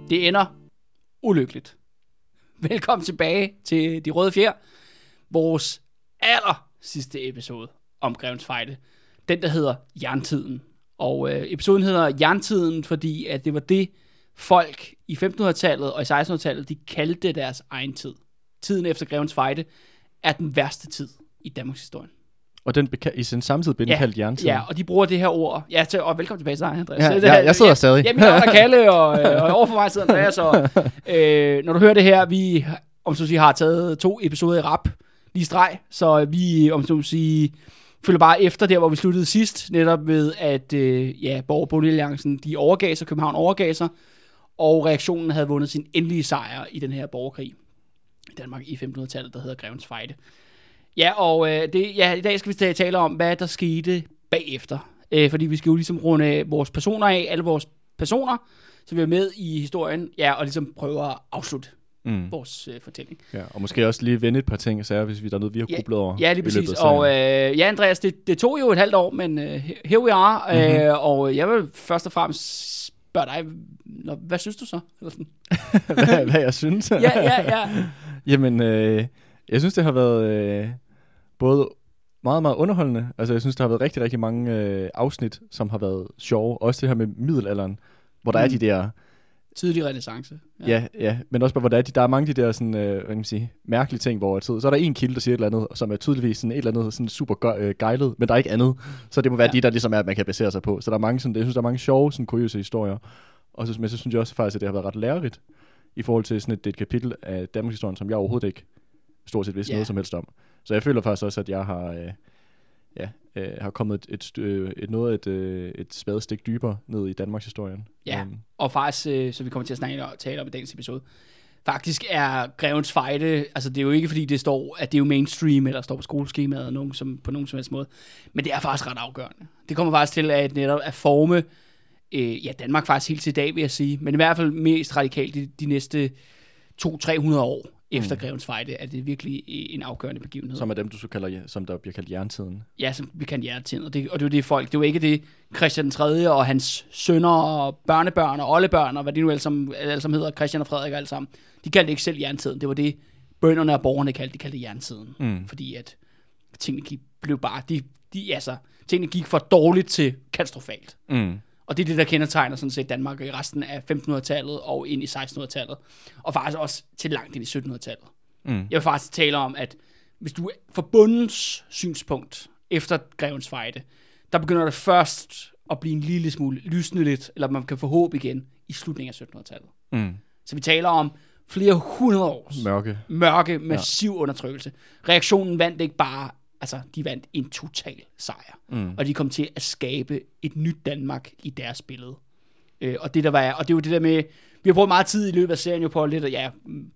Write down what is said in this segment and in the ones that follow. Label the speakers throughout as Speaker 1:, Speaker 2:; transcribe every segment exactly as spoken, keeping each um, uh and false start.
Speaker 1: Det ender ulykkeligt. Velkommen tilbage til De Røde Fjer. Vores aller sidste episode om Grevens Fejde. Den, der hedder Jerntiden. Og øh, episoden hedder Jerntiden, fordi at det var det, folk i femtenhundredetallet og i sekstenhundredetallet, de kaldte deres egen tid. Tiden efter Grevens Fejde er den værste tid i Danmarks historie.
Speaker 2: Og den beca- i sin samtid blev den
Speaker 1: ja,
Speaker 2: kaldt Jerntiden.
Speaker 1: Ja, og de bruger det her ord. Ja, til, og velkommen tilbage til dig, Andreas.
Speaker 2: Ja, ja, jeg sidder stadig.
Speaker 1: Jamen, jeg er Kalle, og, og overfor mig sidder Andreas. Og, øh, når du hører det her, vi om så sige, har taget to episoder i rap, lige streg, så vi om så sige, følger bare efter der, hvor vi sluttede sidst, netop ved, at øh, ja, Borger- Bolig-alliancen, de overgav sig, København overgav sig, og reaktionen havde vundet sin endelige sejr i den her borgerkrig i Danmark i femtenhundredetallet, der hedder Grevens Fejde. Ja, og øh, det, ja, i dag skal vi tale om, hvad der skete bagefter. Øh, fordi vi skal jo ligesom runde vores personer af, alle vores personer, så vi er med i historien, ja, og ligesom prøve at afslutte mm. vores øh, fortælling.
Speaker 2: Ja, og måske også lige vende et par ting, så hvis vi der er noget, vi har grublet over.
Speaker 1: Ja, lige præcis. Og øh, ja, Andreas, det, det tog jo et halvt år, men øh, here we are. Mm-hmm. Øh, og jeg vil først og fremmest spørge dig, Nå, hvad synes du så?
Speaker 2: hvad, hvad jeg synes?
Speaker 1: ja, ja, ja.
Speaker 2: Jamen, øh, jeg synes, det har været øh, både meget, meget underholdende. Altså, jeg synes, der har været rigtig, rigtig mange øh, afsnit, som har været sjove. Også det her med middelalderen, hvor der mm. er de der...
Speaker 1: Tidlig renæssance.
Speaker 2: Ja. ja, ja, men også bare, hvor der er, de, der er mange af de der sådan, øh, hvad kan man sige, mærkelige ting, hvor tid. Så er der en kilde, der siger et eller andet, som er tydeligvis sådan et eller andet sådan super øh, gejlet, men der er ikke andet. Så det må være ja. de, der ligesom er, at man kan basere sig på. Så der er mange sådan, jeg synes, der er mange sjove, sådan kuriøse historier. Og så, men så synes jeg også faktisk, at det har været ret lærerigt i forhold til sådan et, et kapitel af Danmarks historien, som jeg overhovedet ikke stort set vidste yeah. noget som helst om. Så jeg føler faktisk også, at jeg har, øh, ja, øh, har kommet et, et, et, et noget et, øh, et spadestik dybere ned i Danmarks historien.
Speaker 1: Ja,
Speaker 2: um. og
Speaker 1: faktisk, øh, så vi kommer til at snakke og tale om i dagens episode, faktisk er Grevens Fejde, altså det er jo ikke fordi det står, at det er jo mainstream, eller står på skoleskemaet nogen, som, på nogen som helst måde, men det er faktisk ret afgørende. Det kommer faktisk til at netop at forme, øh, ja, Danmark faktisk helt til i dag, vil jeg sige, men i hvert fald mest radikalt de, de næste to til tre hundrede år efter mm. Grevens Fejde, er det virkelig en afgørende begivenhed.
Speaker 2: Som er dem, du så kalder, som der bliver kaldt Jerntiden.
Speaker 1: Ja, som vi kalder Jerntiden, og det, og det er jo det folk, det er jo ikke det Christian den tredje og hans sønner og børnebørn og oldebørn, og hvad de nu alle sammen, alle sammen hedder, Christian og Frederik og alle sammen, de kaldte ikke selv Jerntiden, det var det bønderne og borgerne kaldte, de kaldte Jerntiden, mm. fordi at tingene gik, blev bare, de, de, altså, tingene gik fra dårligt til katastrofalt. Mm. Og det er det, der kendetegner sådan set Danmark i resten af femtenhundredetallet og ind i sekstenhundredetallet. Og faktisk også til langt ind i syttenhundredetallet. Mm. Jeg vil faktisk tale om, at hvis du er fra bundens synspunkt efter Grevens Fejde, der begynder det først at blive en lille smule lysende lidt, eller man kan få håb igen i slutningen af syttenhundredetallet. Mm. Så vi taler om flere hundrede års
Speaker 2: mørke,
Speaker 1: mørke massiv ja. undertrykkelse. Reaktionen vandt ikke bare, altså de vandt en total sejr. Mm. Og de kom til at skabe et nyt Danmark i deres billede. Øh, og det der var, og det er jo det der med, vi har brugt meget tid i løbet af serien jo på lidt, ja,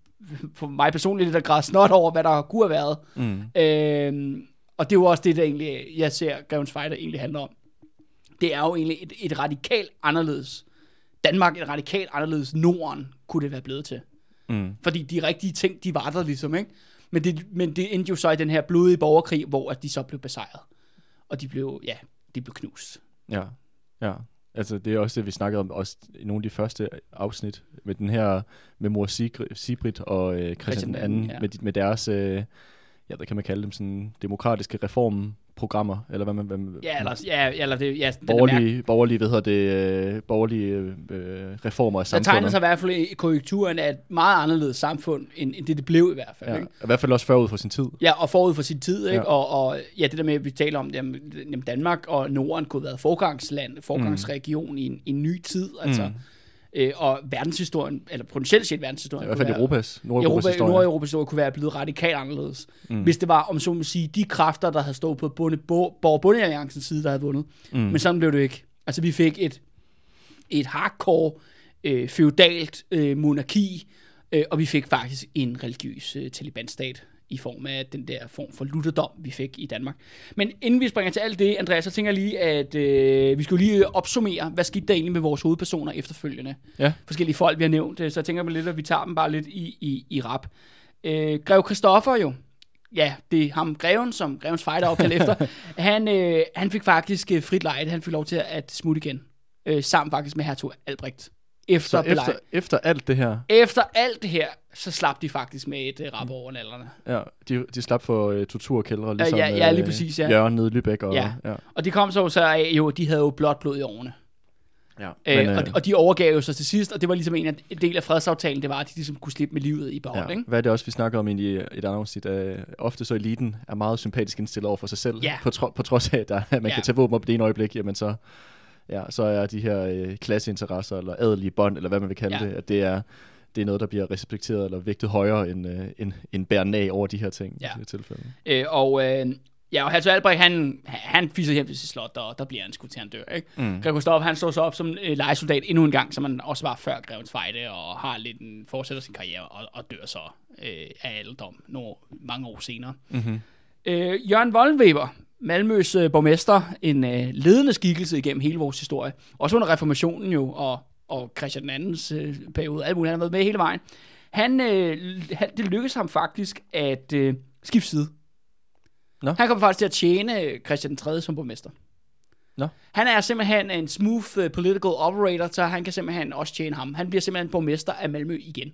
Speaker 1: for mig personligt lidt at græde snot over, hvad der kunne have været. Mm. Øh, og det er jo også det, der egentlig, jeg ser Grevens Fejde egentlig handler om. Det er jo egentlig et, et radikalt anderledes Danmark, et radikalt anderledes Norden, kunne det være blevet til. Mm. Fordi de rigtige ting, de var der ligesom, ikke? Men det, men det endte jo så i den her blodige borgerkrig, hvor at de så blev besejret. Og de blev, ja, de blev knust.
Speaker 2: Ja, ja. Altså det er også det, vi snakkede om også i nogle af de første afsnit, med den her, med mor Sigrid og øh, Christian den anden, ja. med, med deres, øh, ja, hvad kan man kalde dem, sådan demokratiske reformprogrammer, eller hvad man... Hvad,
Speaker 1: ja, eller, ja, eller det, ja,
Speaker 2: borgerlige, borgerlige, hvad hedder det, øh, borgerlige øh, reformer af samfundet. Der
Speaker 1: tegner sig i hvert fald i korrekturen af et meget anderledes samfund, end, end det det blev i hvert fald.
Speaker 2: Ja,
Speaker 1: ikke?
Speaker 2: I hvert fald også forud for sin tid.
Speaker 1: Ja, og forud for sin tid, ikke?
Speaker 2: Ja.
Speaker 1: Og, og ja, det der med, at vi taler om, jamen, Danmark og Norden kunne have været forgangsland, forgangsregion mm. i, en, i en ny tid, altså... Mm. Øh, og verdenshistorien, eller potentielt set verdenshistorien,
Speaker 2: i hvert fald Europas,
Speaker 1: Nordeuropas Europa, historie. Nordeuropas historie kunne være blevet radikalt anderledes. Mm. Hvis det var, om så må sige, de kræfter, der havde stået på Borger-Bonde-alliancens side, der havde vundet. Mm. Men sådan blev det ikke. Altså vi fik et, et hardcore, øh, feudalt øh, monarki, øh, og vi fik faktisk en religiøs øh, Taliban-stat i form af den der form for lutherdom, vi fik i Danmark. Men inden vi springer til alt det, Andreas, så tænker jeg lige, at øh, vi skal lige opsummere, hvad skete der egentlig med vores hovedpersoner efterfølgende. Ja. Forskellige folk, vi har nævnt. Så jeg tænker mig lidt, at vi tager dem bare lidt i, i, i rap. Øh, Grev Christoffer jo, ja, det er ham, Greven, som Grevens Fejde er opkaldt efter, han, øh, han fik faktisk frit lejde, han fik lov til at smutte igen, øh, sammen faktisk med hertug Albrecht efter
Speaker 2: så efter, efter alt det her?
Speaker 1: Efter alt det her, så slap de faktisk med et uh, rap over nallerne.
Speaker 2: Ja, de, de slap for uh, torturkældre, ligesom
Speaker 1: ja, ja, lige præcis, ja.
Speaker 2: Jørgen nede i Lübeck. Og,
Speaker 1: ja.
Speaker 2: ja,
Speaker 1: og de kom så så af, jo, de havde jo blot blod i årene.
Speaker 2: Ja,
Speaker 1: øh,
Speaker 2: men,
Speaker 1: og,
Speaker 2: øh,
Speaker 1: og de overgav jo så til sidst, og det var ligesom en, af, en del af fredsaftalen, det var, at de ligesom kunne slippe med livet i behold,
Speaker 2: ja.
Speaker 1: ikke?
Speaker 2: Hvad er det også, vi snakker om i et andet afsnit? Uh, ofte så eliten er meget sympatisk indstillet over for sig selv,
Speaker 1: ja.
Speaker 2: på, tro, på trods af, at, der, at man ja. kan tage våben op i det ene øjeblik, jamen så, ja, så er de her øh, klasseinteresser, eller adelige bånd, eller hvad man vil kalde ja. det, at det er, det er noget, der bliver respekteret, eller vægtet højere, end, øh, end, end bæren af over de her ting, ja. i det tilfælde.
Speaker 1: Øh, og... Øh, Ja, og Hertug Albrecht, han, han fiser hjem til sit slot, og der bliver han skudt til, han dør, ikke? Mm. Grev Gustaf, han står så op som øh, lejesoldat endnu en gang, som han også var før Grevens Fejde, og har lidt en, fortsætter sin karriere, og, og dør så øh, af alderdom nogle, mange år senere. Mm-hmm. Øh, Jørgen Wollenweber, Malmøs øh, borgmester, en øh, ledende skikkelse igennem hele vores historie, også under reformationen jo, og, og Christian den andens øh, periode, alt muligt, han har været med hele vejen. Han, øh, han, det lykkedes ham faktisk at øh, skifte side. No. Han kommer faktisk til at tjene Christian den tredje som borgmester.
Speaker 2: No.
Speaker 1: Han er simpelthen en smooth uh, political operator, så han kan simpelthen også tjene ham. Han bliver simpelthen borgmester af Malmø igen.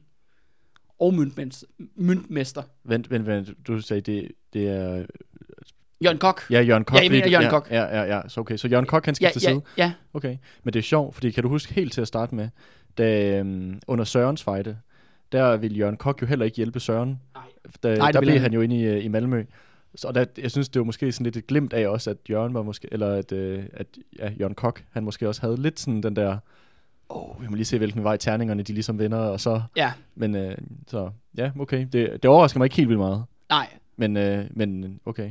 Speaker 1: Og møntmester. møntmester.
Speaker 2: Vent, vent, vent. Du sagde, det, det er...
Speaker 1: Jørgen Kok.
Speaker 2: Ja, Jørgen Kok.
Speaker 1: Ja, jeg mener Jørgen
Speaker 2: ja,
Speaker 1: Kok.
Speaker 2: Ja, ja, ja. Så okay, så Jørgen Kok kan skifte
Speaker 1: ja, ja,
Speaker 2: side?
Speaker 1: Ja.
Speaker 2: Okay, men det er sjovt, fordi kan du huske helt til at starte med, da um, under Sørens fejde, der ville Jørgen Kok jo heller ikke hjælpe Søren. Nej. Da, Nej, der blev han, han jo inde i, i Malmø. Så der, jeg synes, det var måske sådan lidt et glimt af også, at Jørgen var måske, eller at, øh, at ja, Jørgen Kok, han måske også havde lidt sådan den der, åh, vi må lige se, hvilken vej terningerne, de ligesom vender, og så,
Speaker 1: ja. Men,
Speaker 2: øh, så, ja, okay, det, det overrasker mig ikke helt vildt meget.
Speaker 1: Nej.
Speaker 2: Men, øh, men, okay.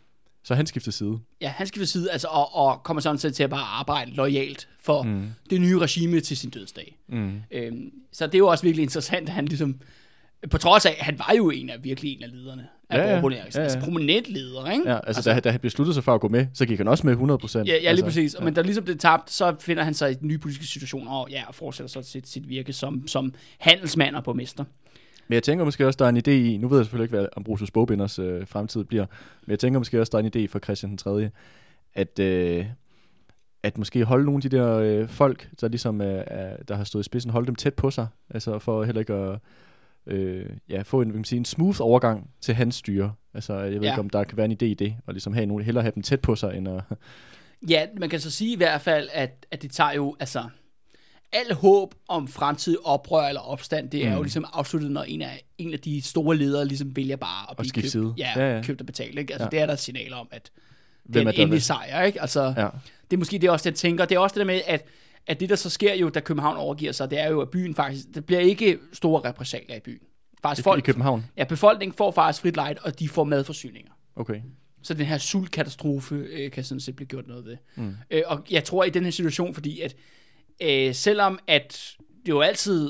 Speaker 2: Så han skifter side.
Speaker 1: Ja, han skifter side, altså, og, og kommer sådan set til at bare arbejde loyalt for mm. det nye regime til sin dødsdag. Mm. Øhm, så det er jo også virkelig interessant, at han ligesom, på trods af, han var jo en af virkelig en af lederne af ja, ja, ja, ja. Altså prominent leder, ikke?
Speaker 2: Ja, altså, altså da, da han besluttede sig for at gå med, så gik han også med hundrede procent.
Speaker 1: Ja, ja lige
Speaker 2: altså,
Speaker 1: præcis.
Speaker 2: Ja.
Speaker 1: Men da ligesom det tabt, så finder han sig i nye politiske situationer, og ja, og fortsætter så sit, sit virke som, som handelsmand og borgmester.
Speaker 2: Men jeg tænker måske også, der er en idé i, nu ved jeg selvfølgelig ikke, hvad Ambrosius Bogbinders øh, fremtid bliver, men jeg tænker måske også, der er en idé for Christian den tredje, at, øh, at måske holde nogle af de der øh, folk, der ligesom øh, er, der har stået i spidsen, holde dem tæt på sig, altså for heller ikke at øh, ja, få en, vil man sige, en smooth overgang til hans styre. Altså jeg ved ja. ikke, om der kan være en idé i det, og ligesom have nogle, hellere have dem tæt på sig, end at...
Speaker 1: Ja, man kan så sige i hvert fald, at, at det tager jo, altså... Al håb om fremtidig oprør eller opstand, det er mm. jo ligesom afsluttet, når en af, en af de store ledere ligesom vælger bare at blive købt, ja, ja, ja. købt og betalt. Ikke? Altså, ja. Det er der signaler om, at det er en endelig sejr. Ikke? Altså, ja. Det er måske det også, det jeg tænker. Det er også det der med, at, at det der så sker jo, da København overgiver sig, det er jo, at byen faktisk, det bliver ikke store repressalier i byen. Faktisk folk,
Speaker 2: i København?
Speaker 1: Ja, befolkningen får faktisk frit lejde, og de får madforsyninger.
Speaker 2: Okay.
Speaker 1: Så den her sultkatastrofe øh, kan sådan set blive gjort noget ved. Mm. Øh, og jeg tror i den her situation, fordi at Øh, selvom at det jo altid,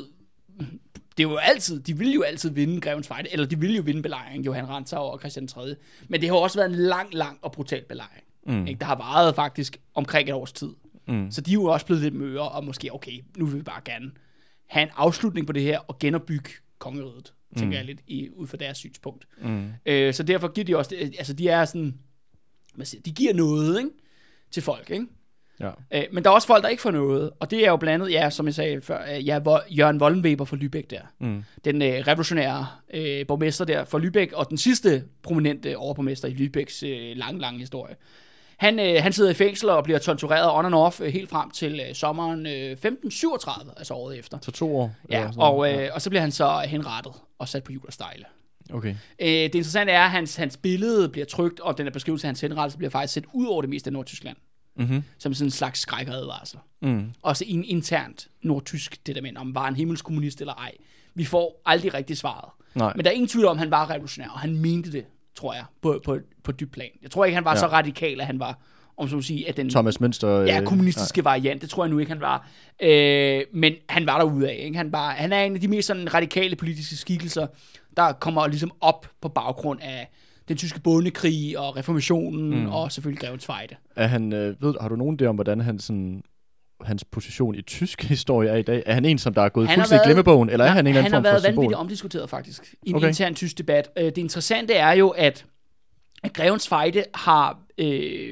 Speaker 1: det er jo altid, de ville jo altid vinde Grevens Fejde, eller de ville jo vinde belejringen, Johan Rantzau og Christian den tredje. Men det har også været en lang, lang og brutal belejring. Mm. Ikke? Der har varet faktisk omkring et års tid. Mm. Så de er jo også blevet lidt møre, og måske, okay, nu vil vi bare gerne have en afslutning på det her, og genopbygge kongeriget, mm. tænker jeg lidt, i, ud fra deres synspunkt. Mm. Øh, så derfor giver de også, altså de er sådan, man siger, de giver noget, ikke? Til folk, ikke? Ja. Øh, men der er også folk, der ikke får noget, og det er jo blandt andet, ja, som jeg sagde før, ja, Jørgen Wollenweber fra Lübeck der. Mm. Den øh, revolutionære øh, borgmester der fra Lübeck, og den sidste prominente overborgmester i Lübecks øh, lang, lang historie. Han, øh, han sidder i fængsel og bliver tortureret on and off øh, helt frem til øh, sommeren øh, femten syvogtredive, altså året efter.
Speaker 2: Så to år?
Speaker 1: Ja, og, øh, ja. og så bliver han så henrettet og sat på hjul og stejle.
Speaker 2: Okay.
Speaker 1: Øh, det interessante er, at hans, hans billede bliver trykt, og den her beskrivelse af hans henrettelse bliver faktisk set ud over det meste af Nordtyskland. Mm-hmm. Som sådan en slags skrækkeradvarsel. Mm. Også in, internt nordtysk, det der med, om var en himmelskommunist eller ej. Vi får aldrig rigtig svaret. Nej. Men der er ingen tvivl om, at han var revolutionær, og han mente det, tror jeg, på, på, på dybt plan. Jeg tror ikke, han var ja. så radikal, at han var, om så at sige, at den
Speaker 2: Thomas Münster,
Speaker 1: ja, kommunistiske øh, variant. Det tror jeg nu ikke, han var. Øh, men han var derude af. Ikke? Han, var, han er en af de mest sådan radikale politiske skikkelser, der kommer ligesom op på baggrund af den tyske bondekrig og reformationen, mm. og selvfølgelig Grevens Fejde.
Speaker 2: Er han, øh, ved, har du nogen idé om, hvordan han sådan, hans position i tysk historie er i dag? Er han en, som der er gået fuldstændig i glemmebogen, eller er han en eller anden form for symbol?
Speaker 1: Han har været vanvittigt omdiskuteret faktisk, i en okay. intern tysk debat. Det interessante er jo, at, at Grevens Fejde har øh,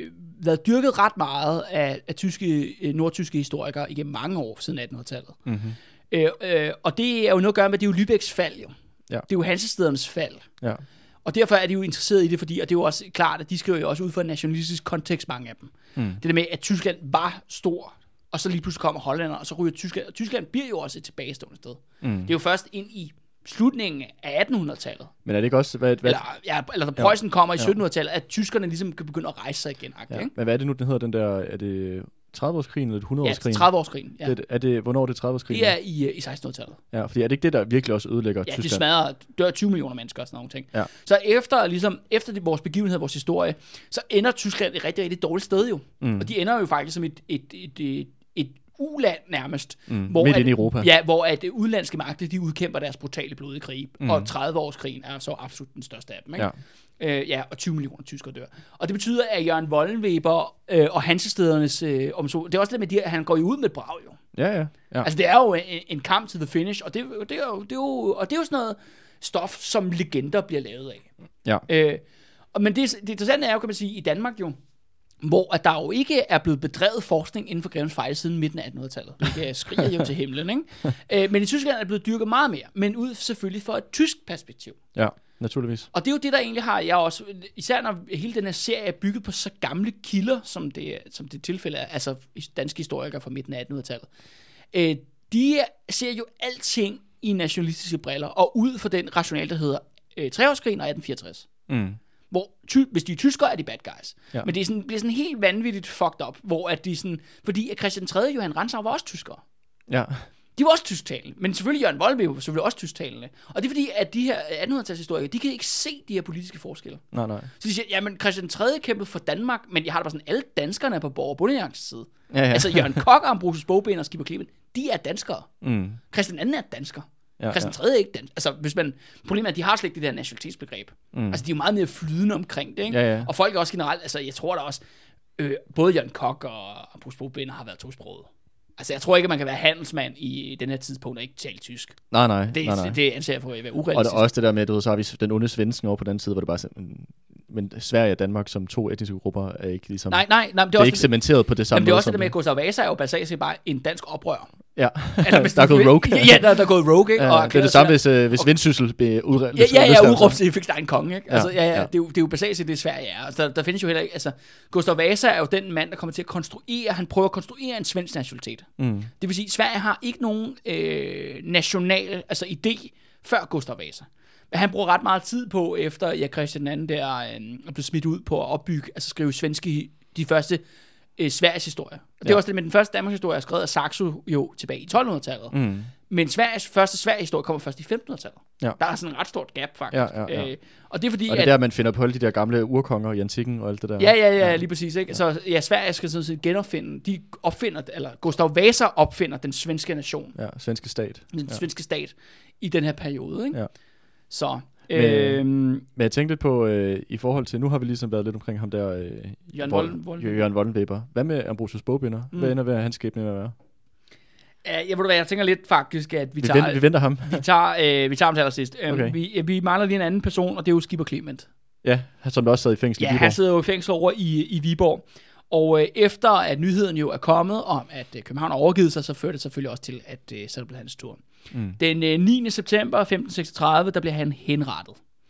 Speaker 1: været dyrket ret meget af, af tyske, nordtyske historikere igennem mange år siden attenhundredetallet.
Speaker 2: Mm-hmm.
Speaker 1: Øh, øh, og det er jo noget at gøre med, det er jo Lübecks fald jo.
Speaker 2: Ja.
Speaker 1: Det er jo Hansestædernes fald.
Speaker 2: Ja.
Speaker 1: Og derfor er de jo interesseret i det, fordi, og det er jo også klart, at de skriver jo også ud fra en nationalistisk kontekst, mange af dem. Mm. Det der med, at Tyskland var stor, og så lige pludselig kommer hollænder, og så ryger Tyskland. Og Tyskland bliver jo også et tilbagestående sted. Mm. Det er jo først ind i slutningen af attenhundredetallet.
Speaker 2: Men er det ikke også... Hvad, hvad...
Speaker 1: Eller, ja, eller da Preussen ja. kommer i syttenhundredetallet, at tyskerne ligesom kan begynde at rejse sig igen. Ja.
Speaker 2: Men hvad er det nu, den hedder, den der... Er det tredive-årskrigen eller hundrede-årskrigen?
Speaker 1: Ja, tredive-årskrigen. Ja.
Speaker 2: Det, er det, hvornår er det tredive-årskrigen?
Speaker 1: Det er i, i sekstenhundredetallet.
Speaker 2: Ja, fordi er det ikke det, der virkelig også ødelægger
Speaker 1: ja,
Speaker 2: Tyskland? Ja,
Speaker 1: det smadrer, dør tyve millioner mennesker og sådan nogle ting.
Speaker 2: Ja.
Speaker 1: Så efter, ligesom, efter det, vores begivenhed, vores historie, så ender Tyskland et rigtig, rigtig dårligt sted jo. Mm. Og de ender jo faktisk som et, et, et, et, et uland nærmest.
Speaker 2: Mm.
Speaker 1: Hvor
Speaker 2: Midt
Speaker 1: at,
Speaker 2: ind i Europa.
Speaker 1: Ja, hvor at udenlandske magter, de udkæmper deres brutale blodige krig. Mm. Og tredive-årskrigen er så absolut den største af dem, ikke? Ja. Øh, ja, og tyve millioner tyskere dør. Og det betyder, at Jørgen Wollenweber øh, og Hansestædernes øh, omsorg, det er også det med, de, at han går jo ud med et brag jo.
Speaker 2: Ja, ja, ja. Altså
Speaker 1: det er jo en, en kamp til the finish, og det, det, er jo, det, er jo, og det er jo sådan noget stof, som legender bliver lavet af.
Speaker 2: Ja.
Speaker 1: Øh, og, men det, det interessante er jo, kan man sige, i Danmark jo, hvor at der jo ikke er blevet bedrevet forskning inden for Grevens Fejde siden midten af attenhundredetallet. Det skriger jo til himlen, ikke? Øh, men i Tyskland er det blevet dyrket meget mere, men ud selvfølgelig fra et tysk perspektiv.
Speaker 2: Ja, naturligvis.
Speaker 1: Og det er jo det, der egentlig har jeg også, især når hele den her serie er bygget på så gamle kilder, som det, som det tilfælde er, altså danske historikere fra midten af attenhundredetallet. Øh, de ser jo alting i nationalistiske briller, og ud fra den rationale, der hedder øh, treårskrigen og atten fireogtres. Mm. Hvor, ty, hvis de er tyskere, er de bad guys. Ja. Men det er sådan, bliver sådan helt vanvittigt fucked up, hvor at de sådan, fordi at Christian den tredje. Johan Rantzau var også tyskere.
Speaker 2: Ja.
Speaker 1: De var også tysktalende, men selvfølgelig Jørgen Wollenweber var selvfølgelig også tysktalende. Og det er fordi, at de her attenhundredetalls historikere, de kan ikke se de her politiske forskelle.
Speaker 2: Nej, nej.
Speaker 1: Så de siger, jamen Christian den tredje kæmpede for Danmark, men jeg har det bare sådan, alle danskerne er på Borg- og Bondejagts side. Ja, ja. Altså Jørgen Koch, Ambrosius Bogbind og Skipper Clement, de er danskere. Mm. Christian den anden er dansker. Ja, Christian den tredje er ikke dansk. Altså, hvis man, problemet er, at de har slet ikke det der nationalitetsbegreb. Mm. Altså, de er jo meget mere flydende omkring det, ikke?
Speaker 2: Ja, ja.
Speaker 1: Og folk er også generelt, altså, jeg tror da også, øh, både Jørgen Koch og Ambrosius Bogbind har været tosproget. Altså, jeg tror ikke, at man kan være handelsmand i den her tidspunkt og ikke tale tysk.
Speaker 2: Nej, nej.
Speaker 1: Det,
Speaker 2: nej, nej.
Speaker 1: det anser jeg for at være urealistisk.
Speaker 2: Og det, også det der med, du ved, så har vi den onde svensken over på den side, hvor det bare sådan, men Sverige og Danmark som to etniske grupper er ikke ligesom...
Speaker 1: Nej, nej, nej.
Speaker 2: Det er, det er ikke cementeret på det samme
Speaker 1: måde. Det er også
Speaker 2: måde,
Speaker 1: det der med, at Gustav Vasa er jo basalt bare en dansk oprør.
Speaker 2: Ja, altså, der er gået rogue.
Speaker 1: Ja, der, der er gået rogue, ikke?
Speaker 2: Ja,
Speaker 1: og
Speaker 2: det er det samme, hvis, øh, hvis Vendsyssel blev udråbt.
Speaker 1: Ja, ja, ja, udråbt til fik der en konge, ikke? Altså, ja, ja,
Speaker 2: ja.
Speaker 1: Det, er jo, det er jo basalt set det, Sverige er. Altså, der, der findes jo heller ikke... Altså, Gustav Vasa er jo den mand, der kommer til at konstruere... Han prøver at konstruere en svensk nationalitet. Mm. Det vil sige, Sverige har ikke nogen øh, national altså idé før Gustav Vasa. Men han bruger ret meget tid på, efter ja, Christian den anden der øh, blev smidt ud på at opbygge, altså skrive svenske, de første øh, Sveriges historie. Og det er ja. også det med den første Danmarks historie, er skrevet af Saxo jo tilbage i tolvhundredetallet. Mm. Men Sveriges første Sveriges historie kommer først i femtenhundredetallet. Ja. Der er sådan en ret stort gap, faktisk.
Speaker 2: Ja, ja, ja.
Speaker 1: Øh, og det er fordi,
Speaker 2: og det er
Speaker 1: at,
Speaker 2: der, man finder på alle de der gamle urkonger i antikken og alt det der.
Speaker 1: Ja, ja, ja, lige præcis. Ikke? Ja. Så ja, Sverige skal sådan set genopfinde, de opfinder, eller Gustav Vasa opfinder den svenske nation.
Speaker 2: Ja, svenske stat.
Speaker 1: Den
Speaker 2: ja.
Speaker 1: svenske stat i den her periode, ikke?
Speaker 2: Ja.
Speaker 1: Så...
Speaker 2: Men, øhm, men jeg tænkte lidt på, øh, i forhold til, nu har vi ligesom været lidt omkring ham der, øh,
Speaker 1: Jørgen Wollen, Wollen.
Speaker 2: Jørgen Wollenweber. Hvad med Ambrosius Bogbinder? Mm. Hvad ender ved hans skæbne med at være?
Speaker 1: Uh, jeg ved hvad, jeg tænker lidt faktisk, at vi,
Speaker 2: vi
Speaker 1: tager...
Speaker 2: Venter, vi venter ham.
Speaker 1: vi, tager, øh, vi tager ham til allersidst.
Speaker 2: Okay.
Speaker 1: Um, vi, vi mangler lige en anden person, og det er jo Skipper Clement.
Speaker 2: Ja, som også sad i fængsel
Speaker 1: ja,
Speaker 2: i Viborg.
Speaker 1: Ja, han sidder jo i fængsel over i, i Viborg. Og øh, efter at nyheden jo er kommet om, at øh, København har overgivet sig, så fører det selvfølgelig også til, at øh, så bliver hans tur. Mm. Den øh, niende september femten seksogtredive, der bliver han henrettet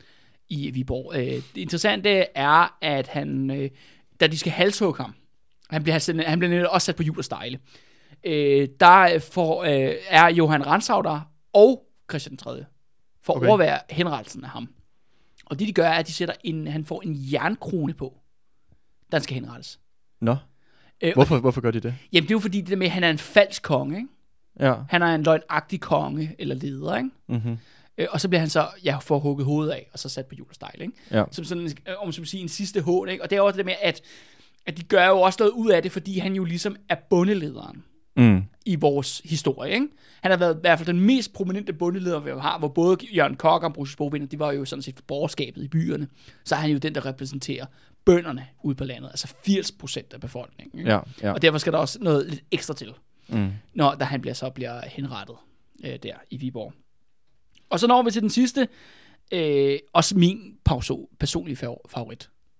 Speaker 1: i Viborg. Øh, det interessante er, at han, øh, da de skal halshugge ham, han bliver, han bliver også sat på hjul og stejle, øh, der får, øh, er Johan Rantzau der, og Christian den tredje, for at okay. overvære henrettelsen af ham. Og det de gør, er, at de sætter en, han får en jernkrone på, den skal henrettes.
Speaker 2: Nå, øh, hvorfor, hvorfor gør de det?
Speaker 1: Jamen det er jo fordi, det der med, at han er en falsk konge, ikke?
Speaker 2: Ja.
Speaker 1: Han er en løgnagtig konge, eller leder, ikke? Mm-hmm. Øh, og så bliver han så, ja, får hugget hovedet af, og så sat på hjul og stejle, ikke?
Speaker 2: Ja.
Speaker 1: Som sådan, om så sige, en sidste hån, ikke? Og det er også det med, at, at de gør jo også noget ud af det, fordi han jo ligesom er bondelederen mm. i vores historie, ikke? Han har været i hvert fald den mest prominente bondeleder, vi har, hvor både Jørgen Koch og Ambrosius Bogbind, de var jo sådan set borgerskabet i byerne. Så er han jo den, der repræsenterer bønderne ude på landet, altså firs procent af befolkningen. Ikke?
Speaker 2: Ja, ja.
Speaker 1: Og derfor skal der også noget lidt ekstra til, mm. når da han bliver, så bliver henrettet øh, der i Viborg. Og så når vi til den sidste, øh, også min personlige favorit.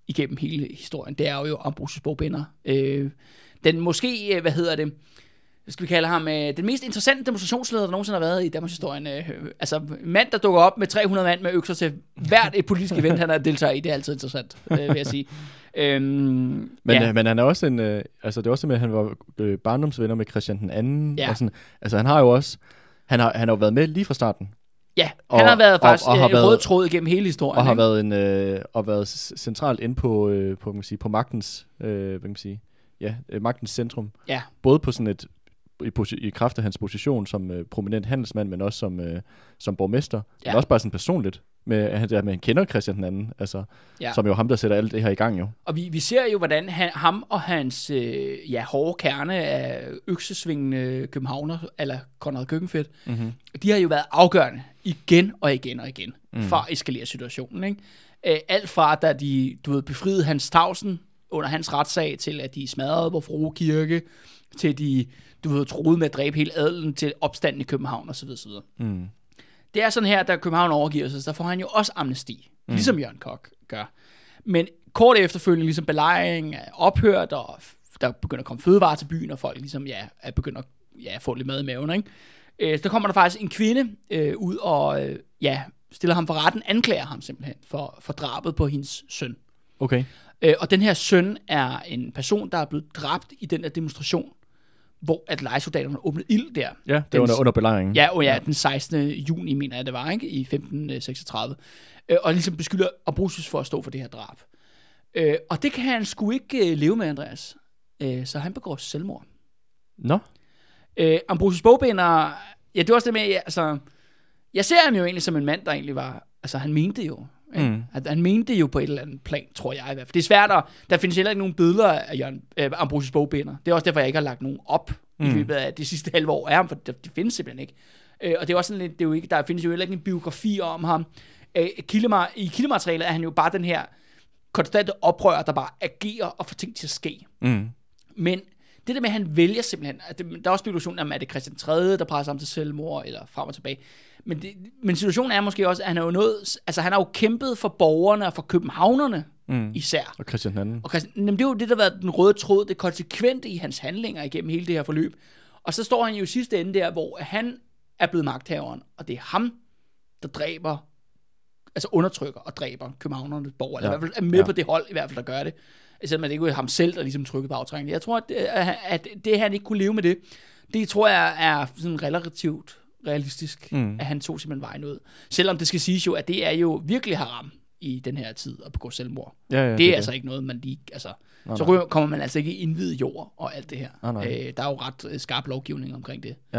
Speaker 1: igennem hele historien, det er jo Ambrosius Bogbinder. Øh, den måske, hvad hedder det, hvad skal vi kalde ham, øh, den mest interessante demonstrationsleder, der nogensinde har været i Danmarks historien. Øh, altså, en mand, der dukker op med tre hundrede mand med økser til hvert et politisk event, han har deltaget i, det er altid interessant, øh, vil jeg sige. Øhm,
Speaker 2: men,
Speaker 1: ja.
Speaker 2: øh, men han er også en, øh, altså det er også med, at han var øh, barndomsvenner med Christian den anden.
Speaker 1: Ja.
Speaker 2: Og sådan, altså han har jo også, han har, han har jo været med lige fra starten.
Speaker 1: Ja, han
Speaker 2: og,
Speaker 1: har været faktisk
Speaker 2: og, og har
Speaker 1: en
Speaker 2: været,
Speaker 1: rød tråd igennem hele historien.
Speaker 2: Og har
Speaker 1: ikke?
Speaker 2: været, en, øh, og været centralt inde på, øh, på, man sige, på magtens, øh, hvad kan man sige, ja, øh, magtens centrum.
Speaker 1: Ja.
Speaker 2: Både på sådan et, i, i kraft af hans position som øh, prominent handelsmand, men også som, øh, som borgmester. Ja. Men også bare sådan personligt, med at han, han kender Christian den anden, altså, ja. Som jo ham, der sætter alt det her i gang jo.
Speaker 1: Og vi, vi ser jo, hvordan han, ham og hans øh, ja, hårde kerne af øksesvingende københavner, eller Konrad Køkkenfeldt, mm-hmm. de har jo været afgørende igen og igen og igen, mm. for at eskalere situationen. Ikke? Æ, alt fra, da de du ved, befriede Hans Tausen under hans retssag, til at de smadrede Vor Frue Kirke, til de du ved, troede med at dræbe hele adelen, til opstanden i København osv. osv. Mm. Det er sådan her, da København overgiver sig, så får han jo også amnesti, mm. ligesom Jørgen Kock gør. Men kort efterfølgende, ligesom belejringen er ophørt, og der begynder at komme fødevarer til byen, og folk ligesom, ja, er begynder at ja, få lidt mad i maven, ikke? Øh, så kommer der faktisk en kvinde øh, ud og øh, ja, stiller ham for retten, anklager ham simpelthen for, for drabet på hendes søn.
Speaker 2: Okay.
Speaker 1: Øh, og den her søn er en person, der er blevet dræbt i den her demonstration, hvor at lejesoldaterne åbnede ild der.
Speaker 2: Ja, det var under, under belejringen.
Speaker 1: Ja, og ja, den sekstende juni, mener jeg, det var, ikke? I femten seksogtredive. Øh, og ligesom beskylder Ambrosius for at stå for det her drab. Øh, og det kan han sgu ikke øh, leve med, Andreas. Øh, så han begår selvmord.
Speaker 2: Nå?
Speaker 1: Øh, Ambrosius Bogbinder, ja, det var også det med, ja, altså, jeg ser ham jo egentlig som en mand, der egentlig var, altså han mente jo. Mm. At han mente jo på et eller andet plan, tror jeg i hvert fald. Det er svært at, der findes heller ikke nogen billeder af Jørgen, øh, Ambrosius Bogbinder. Det er også derfor, jeg ikke har lagt nogen op mm. i løbet af det sidste halve år af ham, for det, det findes simpelthen ikke. Øh, og det er også sådan lidt, det er jo ikke, der findes jo heller ikke en biografi om ham. Øh, kildemar, I kildematerialet er han jo bare den her konstante oprør, der bare agerer og får ting til at ske. Mm. Men det der med, at han vælger simpelthen, at det, der er også spekulationen om, at det er Christian den tredje, der presser ham til selvmord, eller frem og tilbage. Men, det, men situationen er måske også, at han har jo nået, altså han har jo kæmpet for borgerne og for københavnerne mm. især.
Speaker 2: Og Christian den anden.
Speaker 1: Og Christian, jamen det er jo det, der har været den røde tråd, det konsekvente i hans handlinger igennem hele det her forløb. Og så står han jo i sidste ende der, hvor han er blevet magthaveren, og det er ham, der dræber, altså undertrykker og dræber københavnernes borgere, eller ja. i hvert fald er med ja. på det hold, i hvert fald, der gør det. Selvom det ikke er ham selv, der ligesom trykker på aftrækningen. Jeg tror, at det, at det, han ikke kunne leve med det, det tror jeg er sådan relativt realistisk, mm. at han tog simpelthen vejen ud. Selvom det skal siges jo, at det er jo virkelig haram i den her tid at begå selvmord. Ja, ja, det, det er det. Altså ikke noget, man lige, altså, nej, så nej. kommer man altså ikke i indvidet jord og alt det her. Nej, nej. Øh, der er jo ret skarp lovgivning omkring det. Ja.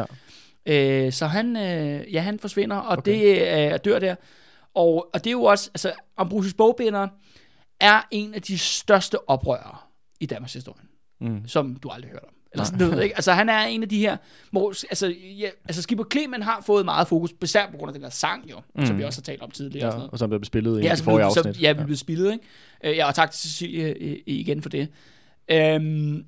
Speaker 1: Øh, så han, øh, ja, han forsvinder, og okay. det øh, dør der. Og, og det er jo også, altså, Ambrosius Bogbinder er en af de største oprørere i Danmarks historien, mm. som du aldrig hørt om. Eller sådan noget, ikke? Altså, han er en af de her, hvor, altså, ja, altså Skipper Clement har fået meget fokus, især på grund af den der sang, jo, mm. som vi også har talt om tidligere.
Speaker 2: Ja, og, sådan noget. Og som blev spillet i
Speaker 1: ja,
Speaker 2: det forrige afsnit.
Speaker 1: Så, ja, vi blev spillet, ikke? Ja, og tak til Cecilie igen for det. Øhm,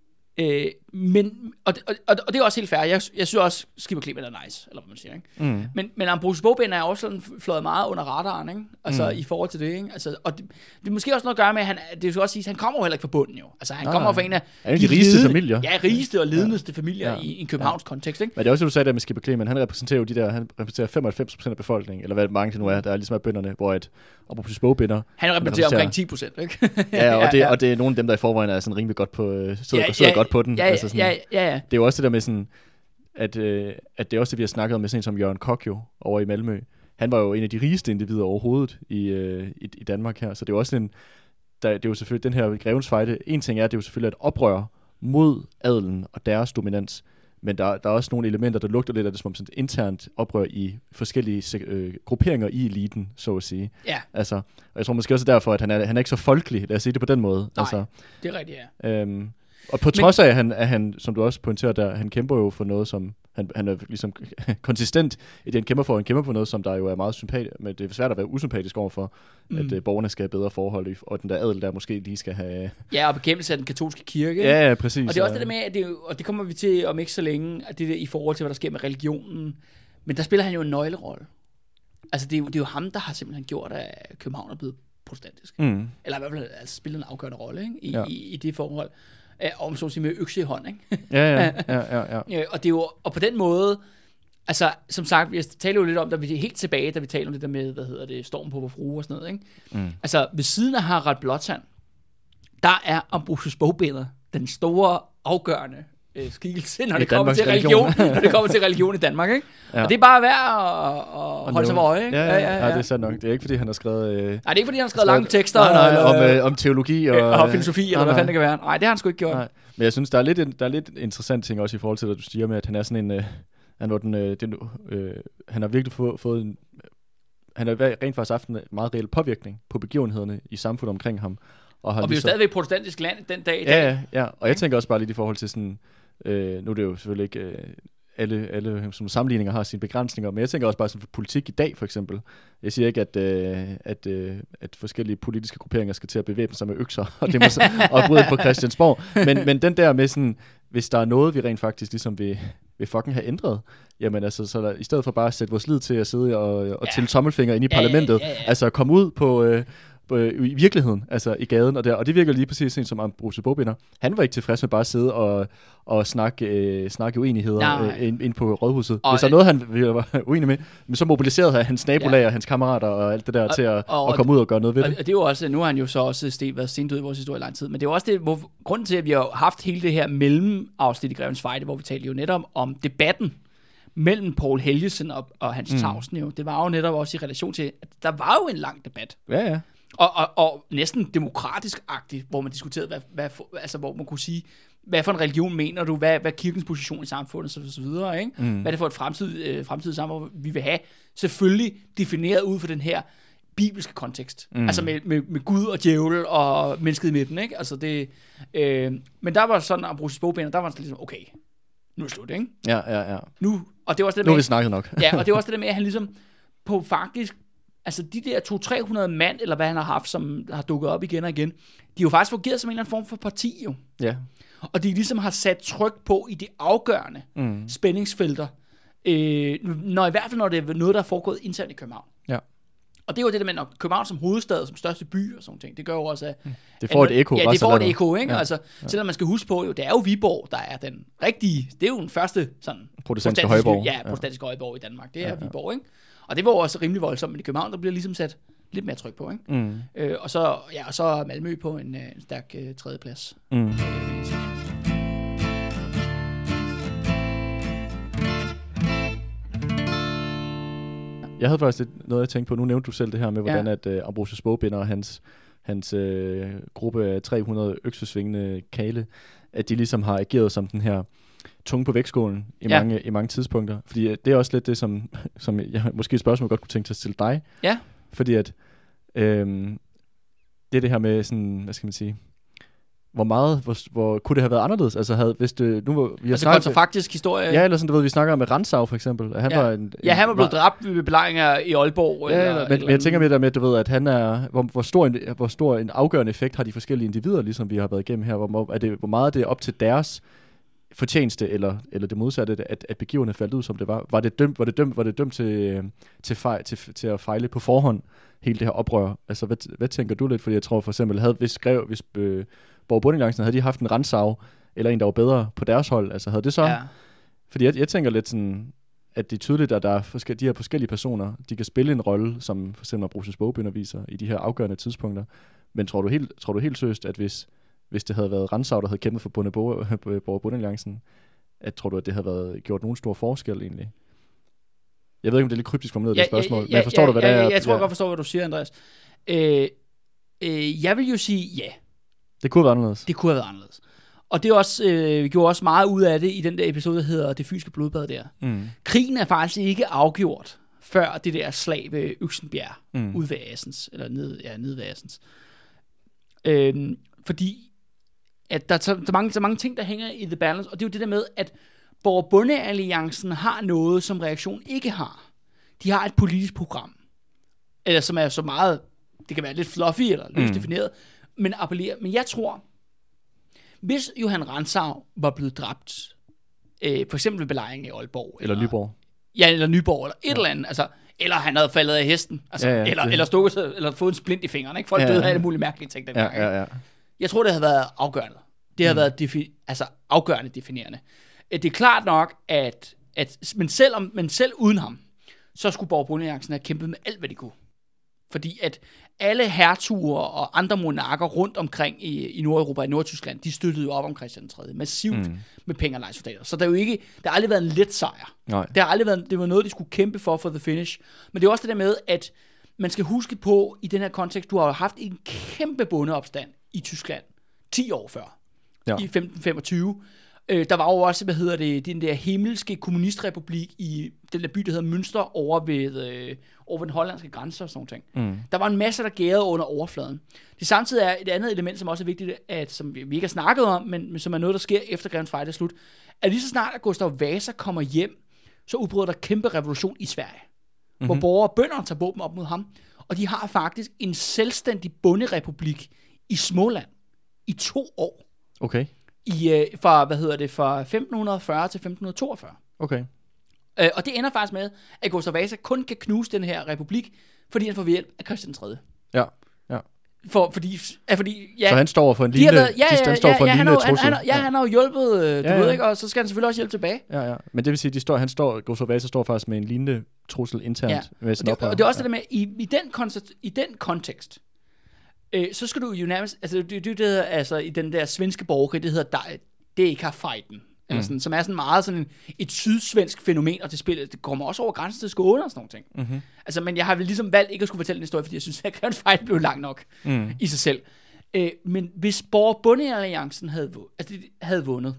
Speaker 1: øh, men, og, og, og, og det er også helt fair. Jeg, jeg synes også, Skipper Clement er nice, eller hvad man siger, ikke? Mm. Men, men Ambrosius Bogbinder er også sådan fløjet meget under radaren, ikke? Altså, mm. i forhold til det, ikke? Altså, og det, det er måske også noget at gøre med, at han, det skal også sige, han kommer jo heller ikke fra bunden, jo. Altså, han ah, kommer fra en af
Speaker 2: de, de rigeste lede, familier.
Speaker 1: Ja, rigeste og ledendeste ja. familier ja. i, i en Københavns ja. kontekst, ikke?
Speaker 2: Men det er også, det du sagde der med Skipper Clement, han repræsenterer jo de der, han repræsenterer femoghalvfems procent af befolkningen, eller hvad mange det nu er, der er ligesom af bønderne, hvor et Ambrosius Bogbinder,
Speaker 1: han repræsenterer, repræsenterer omkring ti procent, ikke?
Speaker 2: ja, og det, ja, ja. og det er nogle af dem, der i forvejen er sådan rimelig godt på, øh, sidder, ja, sidder ja, godt på den.
Speaker 1: Ja,
Speaker 2: altså sådan,
Speaker 1: ja, ja, ja.
Speaker 2: Det er jo også det der med sådan, at, øh, at det er også det, vi har snakket om med sådan en som Jørgen Kock jo, over i Malmø. Han var jo en af de rigeste individer overhovedet i, øh, i, i Danmark her, så det er jo også en, der, det er jo selvfølgelig den her grevens fejde. En ting er, det er jo selvfølgelig et oprør mod adelen og deres dominans, men der, der er også nogle elementer, der lugter lidt af det som sådan et internt oprør i forskellige øh, grupperinger i eliten, så at sige.
Speaker 1: Ja.
Speaker 2: Altså, og jeg tror måske også derfor, at han er, han er ikke så folkelig, lad os sige det på den måde.
Speaker 1: Nej,
Speaker 2: altså,
Speaker 1: det er rigtigt, ja.
Speaker 2: Øhm, og på trods af, at han, at han, som du også pointerer der, han kæmper jo for noget, som han, han er ligesom konsistent i det, han kæmper for. Han kæmper for noget, som der jo er meget sympatisk, men det er svært at være usympatisk overfor, mm. at uh, borgerne skal have bedre forhold, og den der adel der måske lige skal have...
Speaker 1: Ja, og bekæmpelse af den katolske kirke.
Speaker 2: Ja, ja, præcis.
Speaker 1: Og det er også det der med, at det, og det kommer vi til om ikke så længe, at det der i forhold til, hvad der sker med religionen, men der spiller han jo en nøglerolle. Altså, det er jo, det er jo ham, der har simpelthen gjort, at København er blevet protestantisk.
Speaker 2: Mm.
Speaker 1: Eller i hvert fald altså, spillet en afgørende rolle ikke? I,
Speaker 2: Ja.
Speaker 1: i, i det forhold. Øh, om så at sige med økse i hånd. Ikke?
Speaker 2: Ja, ja, ja, ja, ja.
Speaker 1: Øh, og, det er jo, og på den måde, altså som sagt, vi taler jo lidt om, da vi er helt tilbage, da vi taler om det der med, hvad hedder det, Storm på vor frue og sådan noget. Ikke?
Speaker 2: Mm.
Speaker 1: Altså ved siden af Harald Blåtand, der er Ambrosius Bogbinder den store afgørende øh, skikkelse, når
Speaker 2: I
Speaker 1: det kommer
Speaker 2: Danmarks
Speaker 1: til religion, når det kommer til religion i Danmark, ikke?
Speaker 2: Ja.
Speaker 1: Og det er bare værd at, at, at holde sig for øje, ikke?
Speaker 2: Ja, ja, ja, ja. Ja, det er sandt nok. Det er ikke, fordi han har skrevet... Øh,
Speaker 1: Nej, det er ikke, fordi han har skrevet lange tekster.
Speaker 2: nej,
Speaker 1: eller,
Speaker 2: om, øh, om teologi og...
Speaker 1: og filosofi, eller
Speaker 2: nej,
Speaker 1: hvad
Speaker 2: nej.
Speaker 1: fanden det kan være. Nej, det har han sgu ikke gjort.
Speaker 2: Nej. Men jeg synes, der er lidt, der er lidt interessant ting også i forhold til, at du siger med, at han er sådan en... Øh, han, var den, øh, den, øh, han har virkelig få, fået en... Han har rent faktisk haft en meget reel påvirkning på begivenhederne i samfundet omkring ham. Og, har
Speaker 1: Og vi er jo
Speaker 2: ligesom,
Speaker 1: stadigvæk protestantisk land den dag i dag.
Speaker 2: Ja, ja, ja. Og jeg tænker også bare lidt i forhold til sådan... Øh, nu er det jo selvfølgelig ikke... Øh, alle, alle som sammenligninger har sine begrænsninger, men jeg tænker også bare sådan for politik i dag for eksempel. Jeg siger ikke, at, øh, at, øh, at forskellige politiske grupperinger skal til at bevæbne sig med økser og, det må, og bryde på Christiansborg, men, men den der med sådan, hvis der er noget, vi rent faktisk ligesom vil, vil fucking have ændret, jamen altså, så der, i stedet for bare at sætte vores lid til at sidde og, og
Speaker 1: Ja.
Speaker 2: tælle tommelfinger ind i
Speaker 1: Ja,
Speaker 2: parlamentet,
Speaker 1: ja, ja, ja.
Speaker 2: altså at komme ud på... Øh, i virkeligheden, altså i gaden, og, der, og det virker lige præcis sådan som Ambrosius Bogbinder. Han var ikke tilfreds med bare at sidde og, og snakke, øh, snakke uenigheder øh, ind, ind på rådhuset. Og Hvis der er noget, han var uenig med, men så mobiliserede han hans nabolag ja. og hans kammerater og alt det der og, til at, og, at komme ud og gøre noget ved
Speaker 1: og,
Speaker 2: det.
Speaker 1: Og det er jo også, nu har han jo så også sten, været stendød i vores historie i lang tid, men det er jo også det, hvor, grunden til, at vi har haft hele det her mellemafsnit i Grevens Fejde, hvor vi talte jo netop om debatten mellem Poul Helgesen og, og Hans mm. Tausen jo. Det var jo netop også i relation til, at der var jo en lang debat.
Speaker 2: Ja, ja.
Speaker 1: Og, og, og næsten demokratisk-agtigt, hvor man diskuterede, hvad, hvad for, altså, hvor man kunne sige, hvad for en religion mener du, hvad, hvad er kirkens position i samfundet, og så videre, ikke? Mm. Hvad er det for et fremtid, øh, fremtidigt samfund, vi vil have? Selvfølgelig defineret ud fra den her bibelske kontekst. Mm. Altså med, med, med Gud og djævel og mennesket i midten, ikke? Altså det, øh, men der var sådan, Ambrosius Bogbinder, der var sådan ligesom, okay, nu er det slut, ikke?
Speaker 2: Ja, ja, ja.
Speaker 1: Nu, og det var også det
Speaker 2: nu
Speaker 1: med,
Speaker 2: har vi snakket nok.
Speaker 1: ja, og det var også det der med, at han ligesom på faktisk, altså de der to til tre hundrede mand, eller hvad han har haft, som har dukket op igen og igen, de er jo faktisk fungeret som en eller anden form for parti, jo.
Speaker 2: Ja.
Speaker 1: Og de ligesom har sat tryk på i de afgørende mm. spændingsfelter, øh, når i hvert fald, når det er noget, der er foregået internt i København.
Speaker 2: Ja.
Speaker 1: Og det er jo det der med, når København som hovedstad, som største by og sådan ting, det gør jo også, at...
Speaker 2: Det får
Speaker 1: at,
Speaker 2: et ekko.
Speaker 1: Ja, det får et ekko, ikke?
Speaker 2: Ja.
Speaker 1: Altså, selvom man skal huske på, jo, det er jo Viborg, der er den rigtige, det er jo den første sådan...
Speaker 2: Protestantiske højborg.
Speaker 1: Ja, protestantiske højborg i Danmark, det er ja, ja. Viborg, ikke? Og det var også rimelig voldsomt, men i København, der bliver ligesom sat lidt mere tryk på, ikke? Mm. Øh, og, så, ja, og så er Malmø på en, en stærk uh, tredjeplads. Mm. Øh,
Speaker 2: Jeg havde faktisk lidt noget, jeg tænkte på. Nu nævnte du selv det her med, hvordan
Speaker 1: ja.
Speaker 2: at uh, Ambrosius Bogbinder og hans, hans uh, gruppe af tre hundrede øksesvingende kale, at de ligesom har ageret som den her tunge på vægtskålen i, ja. mange, i mange tidspunkter. Fordi uh, det er også lidt det, som, som jeg måske et spørgsmål godt kunne tænke til at stille dig.
Speaker 1: Ja.
Speaker 2: Fordi at øhm, det er det her med sådan, hvad skal man sige, hvor meget, hvor, hvor kunne det have været anderledes? Altså havde, hvis det, nu var, vi har
Speaker 1: altså kontrafaktisk historie?
Speaker 2: Ja, eller sådan, du ved, vi snakker med Rantzau for eksempel. Han
Speaker 1: ja.
Speaker 2: var en,
Speaker 1: ja, han var blevet
Speaker 2: var,
Speaker 1: dræbt ved belejringer i Aalborg.
Speaker 2: Ja,
Speaker 1: eller,
Speaker 2: men,
Speaker 1: eller
Speaker 2: men jeg tænker med der med, du ved, at han er, hvor, hvor, stor en, hvor stor en afgørende effekt har de forskellige individer, ligesom vi har været igennem her, hvor, er det, hvor meget er det op til deres fortjeneste, eller, eller det modsatte, at, at begivenheden faldt ud, som det var. Var det dømt, var det dømt, var det dømt til, til, fej, til, til at fejle på forhånd, hele det her oprør? Altså, hvad, hvad tænker du lidt? Fordi jeg tror for eksempel, havde, hvis, skrev, hvis øh, Borg Bundingangsen, havde de haft en Rantzau, eller en, der var bedre på deres hold, altså havde det så? Ja. Fordi jeg, jeg tænker lidt sådan, at det er tydeligt, at der er forske, de her forskellige personer, de kan spille en rolle, som for eksempel Ambrosius Bogbinder viser, i de her afgørende tidspunkter. Men tror du helt, tror du helt seriøst, at hvis hvis det havde været Rantzau, der havde kæmpet for Borg Bundingangsen, at tror du, at det havde været, gjort nogen stor forskel egentlig? Jeg ved ikke, om det er lidt kryptisk formuleret, ja, det spørgsmål, ja, ja, men forstår
Speaker 1: ja,
Speaker 2: du, hvad
Speaker 1: ja,
Speaker 2: det er?
Speaker 1: Jeg, jeg tror
Speaker 2: ja.
Speaker 1: godt forstår, hvad du siger, Andreas. Øh, øh, jeg vil jo sige ja.
Speaker 2: Det kunne have været anderledes.
Speaker 1: Det kunne have været anderledes. Og det er også, øh, vi gjorde også meget ud af det i den der episode, der hedder Det fysiske blodbad der. Mm. Krigen er faktisk ikke afgjort, før det der slag ved Øksenbjerg, mm. ud ved Assens, eller ned, ja, ned ved Assens. Øh, fordi at der er så, så, mange, så mange ting, der hænger i The Balance, og det er jo det der med, at Borg Bunde-alliancen har noget, som reaktion ikke har. De har et politisk program, eller som er så meget, det kan være lidt fluffy, eller løst mm. defineret, men appellerer. Men jeg tror, hvis Johan Rantzau var blevet dræbt, øh, for eksempel ved belejringen i Aalborg,
Speaker 2: eller, eller Nyborg,
Speaker 1: ja, eller Nyborg, eller et ja. eller andet, altså eller han havde faldet af hesten, altså,
Speaker 2: ja, ja,
Speaker 1: eller,
Speaker 2: det.
Speaker 1: eller stukket sig, eller fået en splint i fingrene, ikke? Folk
Speaker 2: ja,
Speaker 1: døde
Speaker 2: ja.
Speaker 1: af alle mulige mærkelige ting den
Speaker 2: ja,
Speaker 1: gang, ikke?
Speaker 2: ja, ja.
Speaker 1: Jeg tror, det havde været afgørende. Det havde mm. været defi- altså afgørende definerende. Det er klart nok, at, at men, selv om, men selv uden ham, så skulle Borg Bonnier-Jacobsen have kæmpet med alt, hvad de kunne. Fordi at alle hertuger og andre monarker rundt omkring i, i Nordeuropa og i Nordtyskland, de støttede jo op om Christian den tredje massivt mm. med penge og lejesoldater. Så der er jo ikke, der har aldrig været en let sejr.
Speaker 2: Nej.
Speaker 1: Det har aldrig været, det var noget, de skulle kæmpe for for the finish. Men det er også det der med, at man skal huske på, i den her kontekst, du har jo haft en kæmpe bondeopstand i Tyskland ti år før, ja. i femten femogtyve. Øh, der var jo også, hvad hedder det, den der himmelske kommunistrepublik i den der by, der hedder Münster, over ved, øh, over ved den hollandske grænse og sådan noget. Mm. Der var en masse, der gærede under overfladen. Det samtidig er et andet element, som også er vigtigt, at, som vi ikke har snakket om, men, men som er noget, der sker efter Grevens Fejde er slut, at lige så snart, at Gustav Vasa kommer hjem, så udbryder der kæmpe revolution i Sverige, mm-hmm. hvor borgere og bønder tager våben op mod ham, og de har faktisk en selvstændig bonderepublik i Småland i to år.
Speaker 2: Okay.
Speaker 1: I, øh, fra, hvad hedder det, fra femten fyrre til femten toogfyrre.
Speaker 2: Okay.
Speaker 1: Øh, og det ender faktisk med, at Gustav Vasa kun kan knuse den her republik, fordi han får hjælp af Christian den tredje.
Speaker 2: Ja, ja.
Speaker 1: For, fordi, ja, fordi, ja,
Speaker 2: så han står for en lignende,
Speaker 1: været, ja, ja,
Speaker 2: han står
Speaker 1: ja,
Speaker 2: for
Speaker 1: ja,
Speaker 2: en
Speaker 1: han
Speaker 2: lignende
Speaker 1: har,
Speaker 2: trussel.
Speaker 1: han, han, ja, ja, han har jo hjulpet, øh, du
Speaker 2: ja, ja.
Speaker 1: ved ikke, og så skal han selvfølgelig også hjælpe tilbage.
Speaker 2: Ja, ja. Men det vil sige, de står, han står, Gustav Vasa står faktisk med en lignende trussel internt.
Speaker 1: Ja.
Speaker 2: Med sin
Speaker 1: og, det, og det er også
Speaker 2: ja.
Speaker 1: det der med, i, i, den, kontekst, i den kontekst, øh, så skal du jo nærmest, altså det, det, det hedder, altså i den der svenske borgerkrig, det hedder, det er ikke har fighten. Eller sådan, mm. som er sådan meget sådan en, et sydsvensk fænomen, og det spiller, det kommer også over grænsen til Skåne og sådan nogle ting. Mm-hmm. Altså, men jeg har vel ligesom valgt ikke at skulle fortælle den historie, fordi jeg synes, at Grevens Fejde blev lang nok mm. i sig selv. Øh, men hvis Borg Bonnier-alliancen havde, altså, de havde vundet,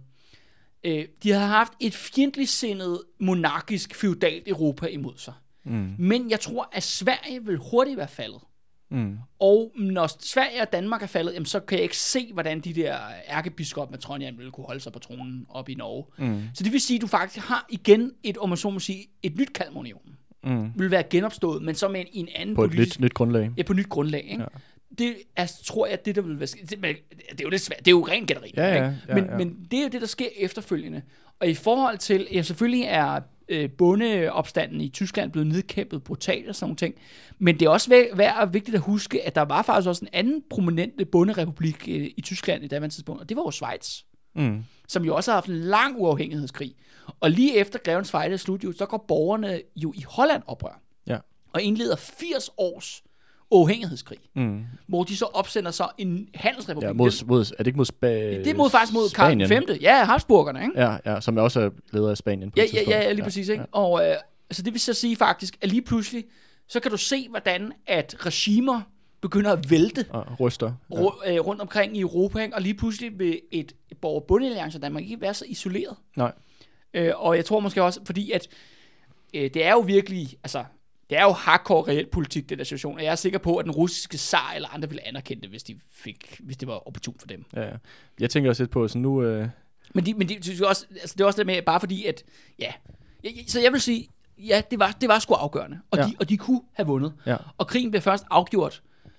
Speaker 1: øh, de havde haft et fjendtligt sindet monarkisk feudalt Europa imod sig. Mm. Men jeg tror, at Sverige vil hurtigt være faldet. Mm. Og når Sverige og Danmark er faldet, jamen, så kan jeg ikke se, hvordan de der ærkebiskop med Trondheim ville kunne holde sig på tronen op i Norge. Mm. Så det vil sige, at du faktisk har igen et, om man så må sige, et nyt Kalmarunionen. Mm. Vil være genopstået, men så med en, en anden
Speaker 2: på
Speaker 1: politisk...
Speaker 2: et nyt, nyt grundlag.
Speaker 1: Ja, på et nyt grundlag, ikke? Ja. Det er, tror jeg, det der vil være... Det, det er jo lidt svært. Det er jo rent gætteri.
Speaker 2: Ja, ja, ja,
Speaker 1: men,
Speaker 2: ja.
Speaker 1: men det er jo det, der sker efterfølgende. Og i forhold til... Ja, selvfølgelig er øh, bondeopstanden i Tyskland blevet nedkæmpet brutalt og sådan nogle ting. Men det er også værd, værd og vigtigt at huske, at der var faktisk også en anden prominente bonderepublik øh, i Tyskland i daværende tidspunkt, og det var jo Schweiz. Mm. Som jo også har haft en lang uafhængighedskrig. Og lige efter Grevens Fejde er slut, jo, så går borgerne jo i Holland oprør.
Speaker 2: Ja.
Speaker 1: Og indleder firs års uafhængighedskrig, mm. hvor de så opsender så en handelsrepublik.
Speaker 2: Ja, mod, mod, er det ikke mod Spanien?
Speaker 1: Det er mod, faktisk mod Karl den femte. Ja, Habsburgerne, ikke?
Speaker 2: Ja, ja, som også er leder af Spanien på
Speaker 1: ja,
Speaker 2: et tidspunkt.
Speaker 1: Ja, ja, lige præcis, ikke? Ja. Og øh, altså, det vil så sige faktisk, at lige pludselig, så kan du se, hvordan at regimer begynder at vælte
Speaker 2: og ryster
Speaker 1: ja. ru- øh, rundt omkring i Europa, ikke? Og lige pludselig vil et, et borger bondealliance, der må ikke være så isoleret.
Speaker 2: Nej.
Speaker 1: Øh, og jeg tror måske også, fordi at øh, det er jo virkelig, altså, det er jo hardcore reelt politik, den der situation, og jeg er sikker på, at den russiske zar eller andre ville anerkende det, hvis, de fik, hvis det var opportunt for dem.
Speaker 2: Ja, ja. Jeg tænker også lidt på, så nu... Øh...
Speaker 1: Men, de, men de, de, også, altså, det er også det med, bare fordi, at, ja, jeg, så jeg vil sige, ja, det var, det var sgu afgørende, og, ja. de, og de kunne have vundet. Ja. Og krigen blev først afgjort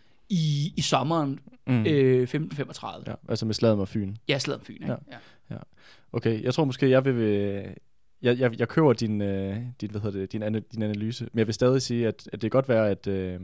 Speaker 1: i, i sommeren mm. øh, femten femogtredive.
Speaker 2: Ja, altså med slaget om Fyn.
Speaker 1: Ja, slaget om Fyn, ikke?
Speaker 2: Ja. Ja. Ja. Okay, jeg tror måske, jeg vil... vil Jeg, jeg, jeg køber din, øh, dit, hvad hedder det, din, an, din analyse, men jeg vil stadig sige, at, at det kan godt være, at øh,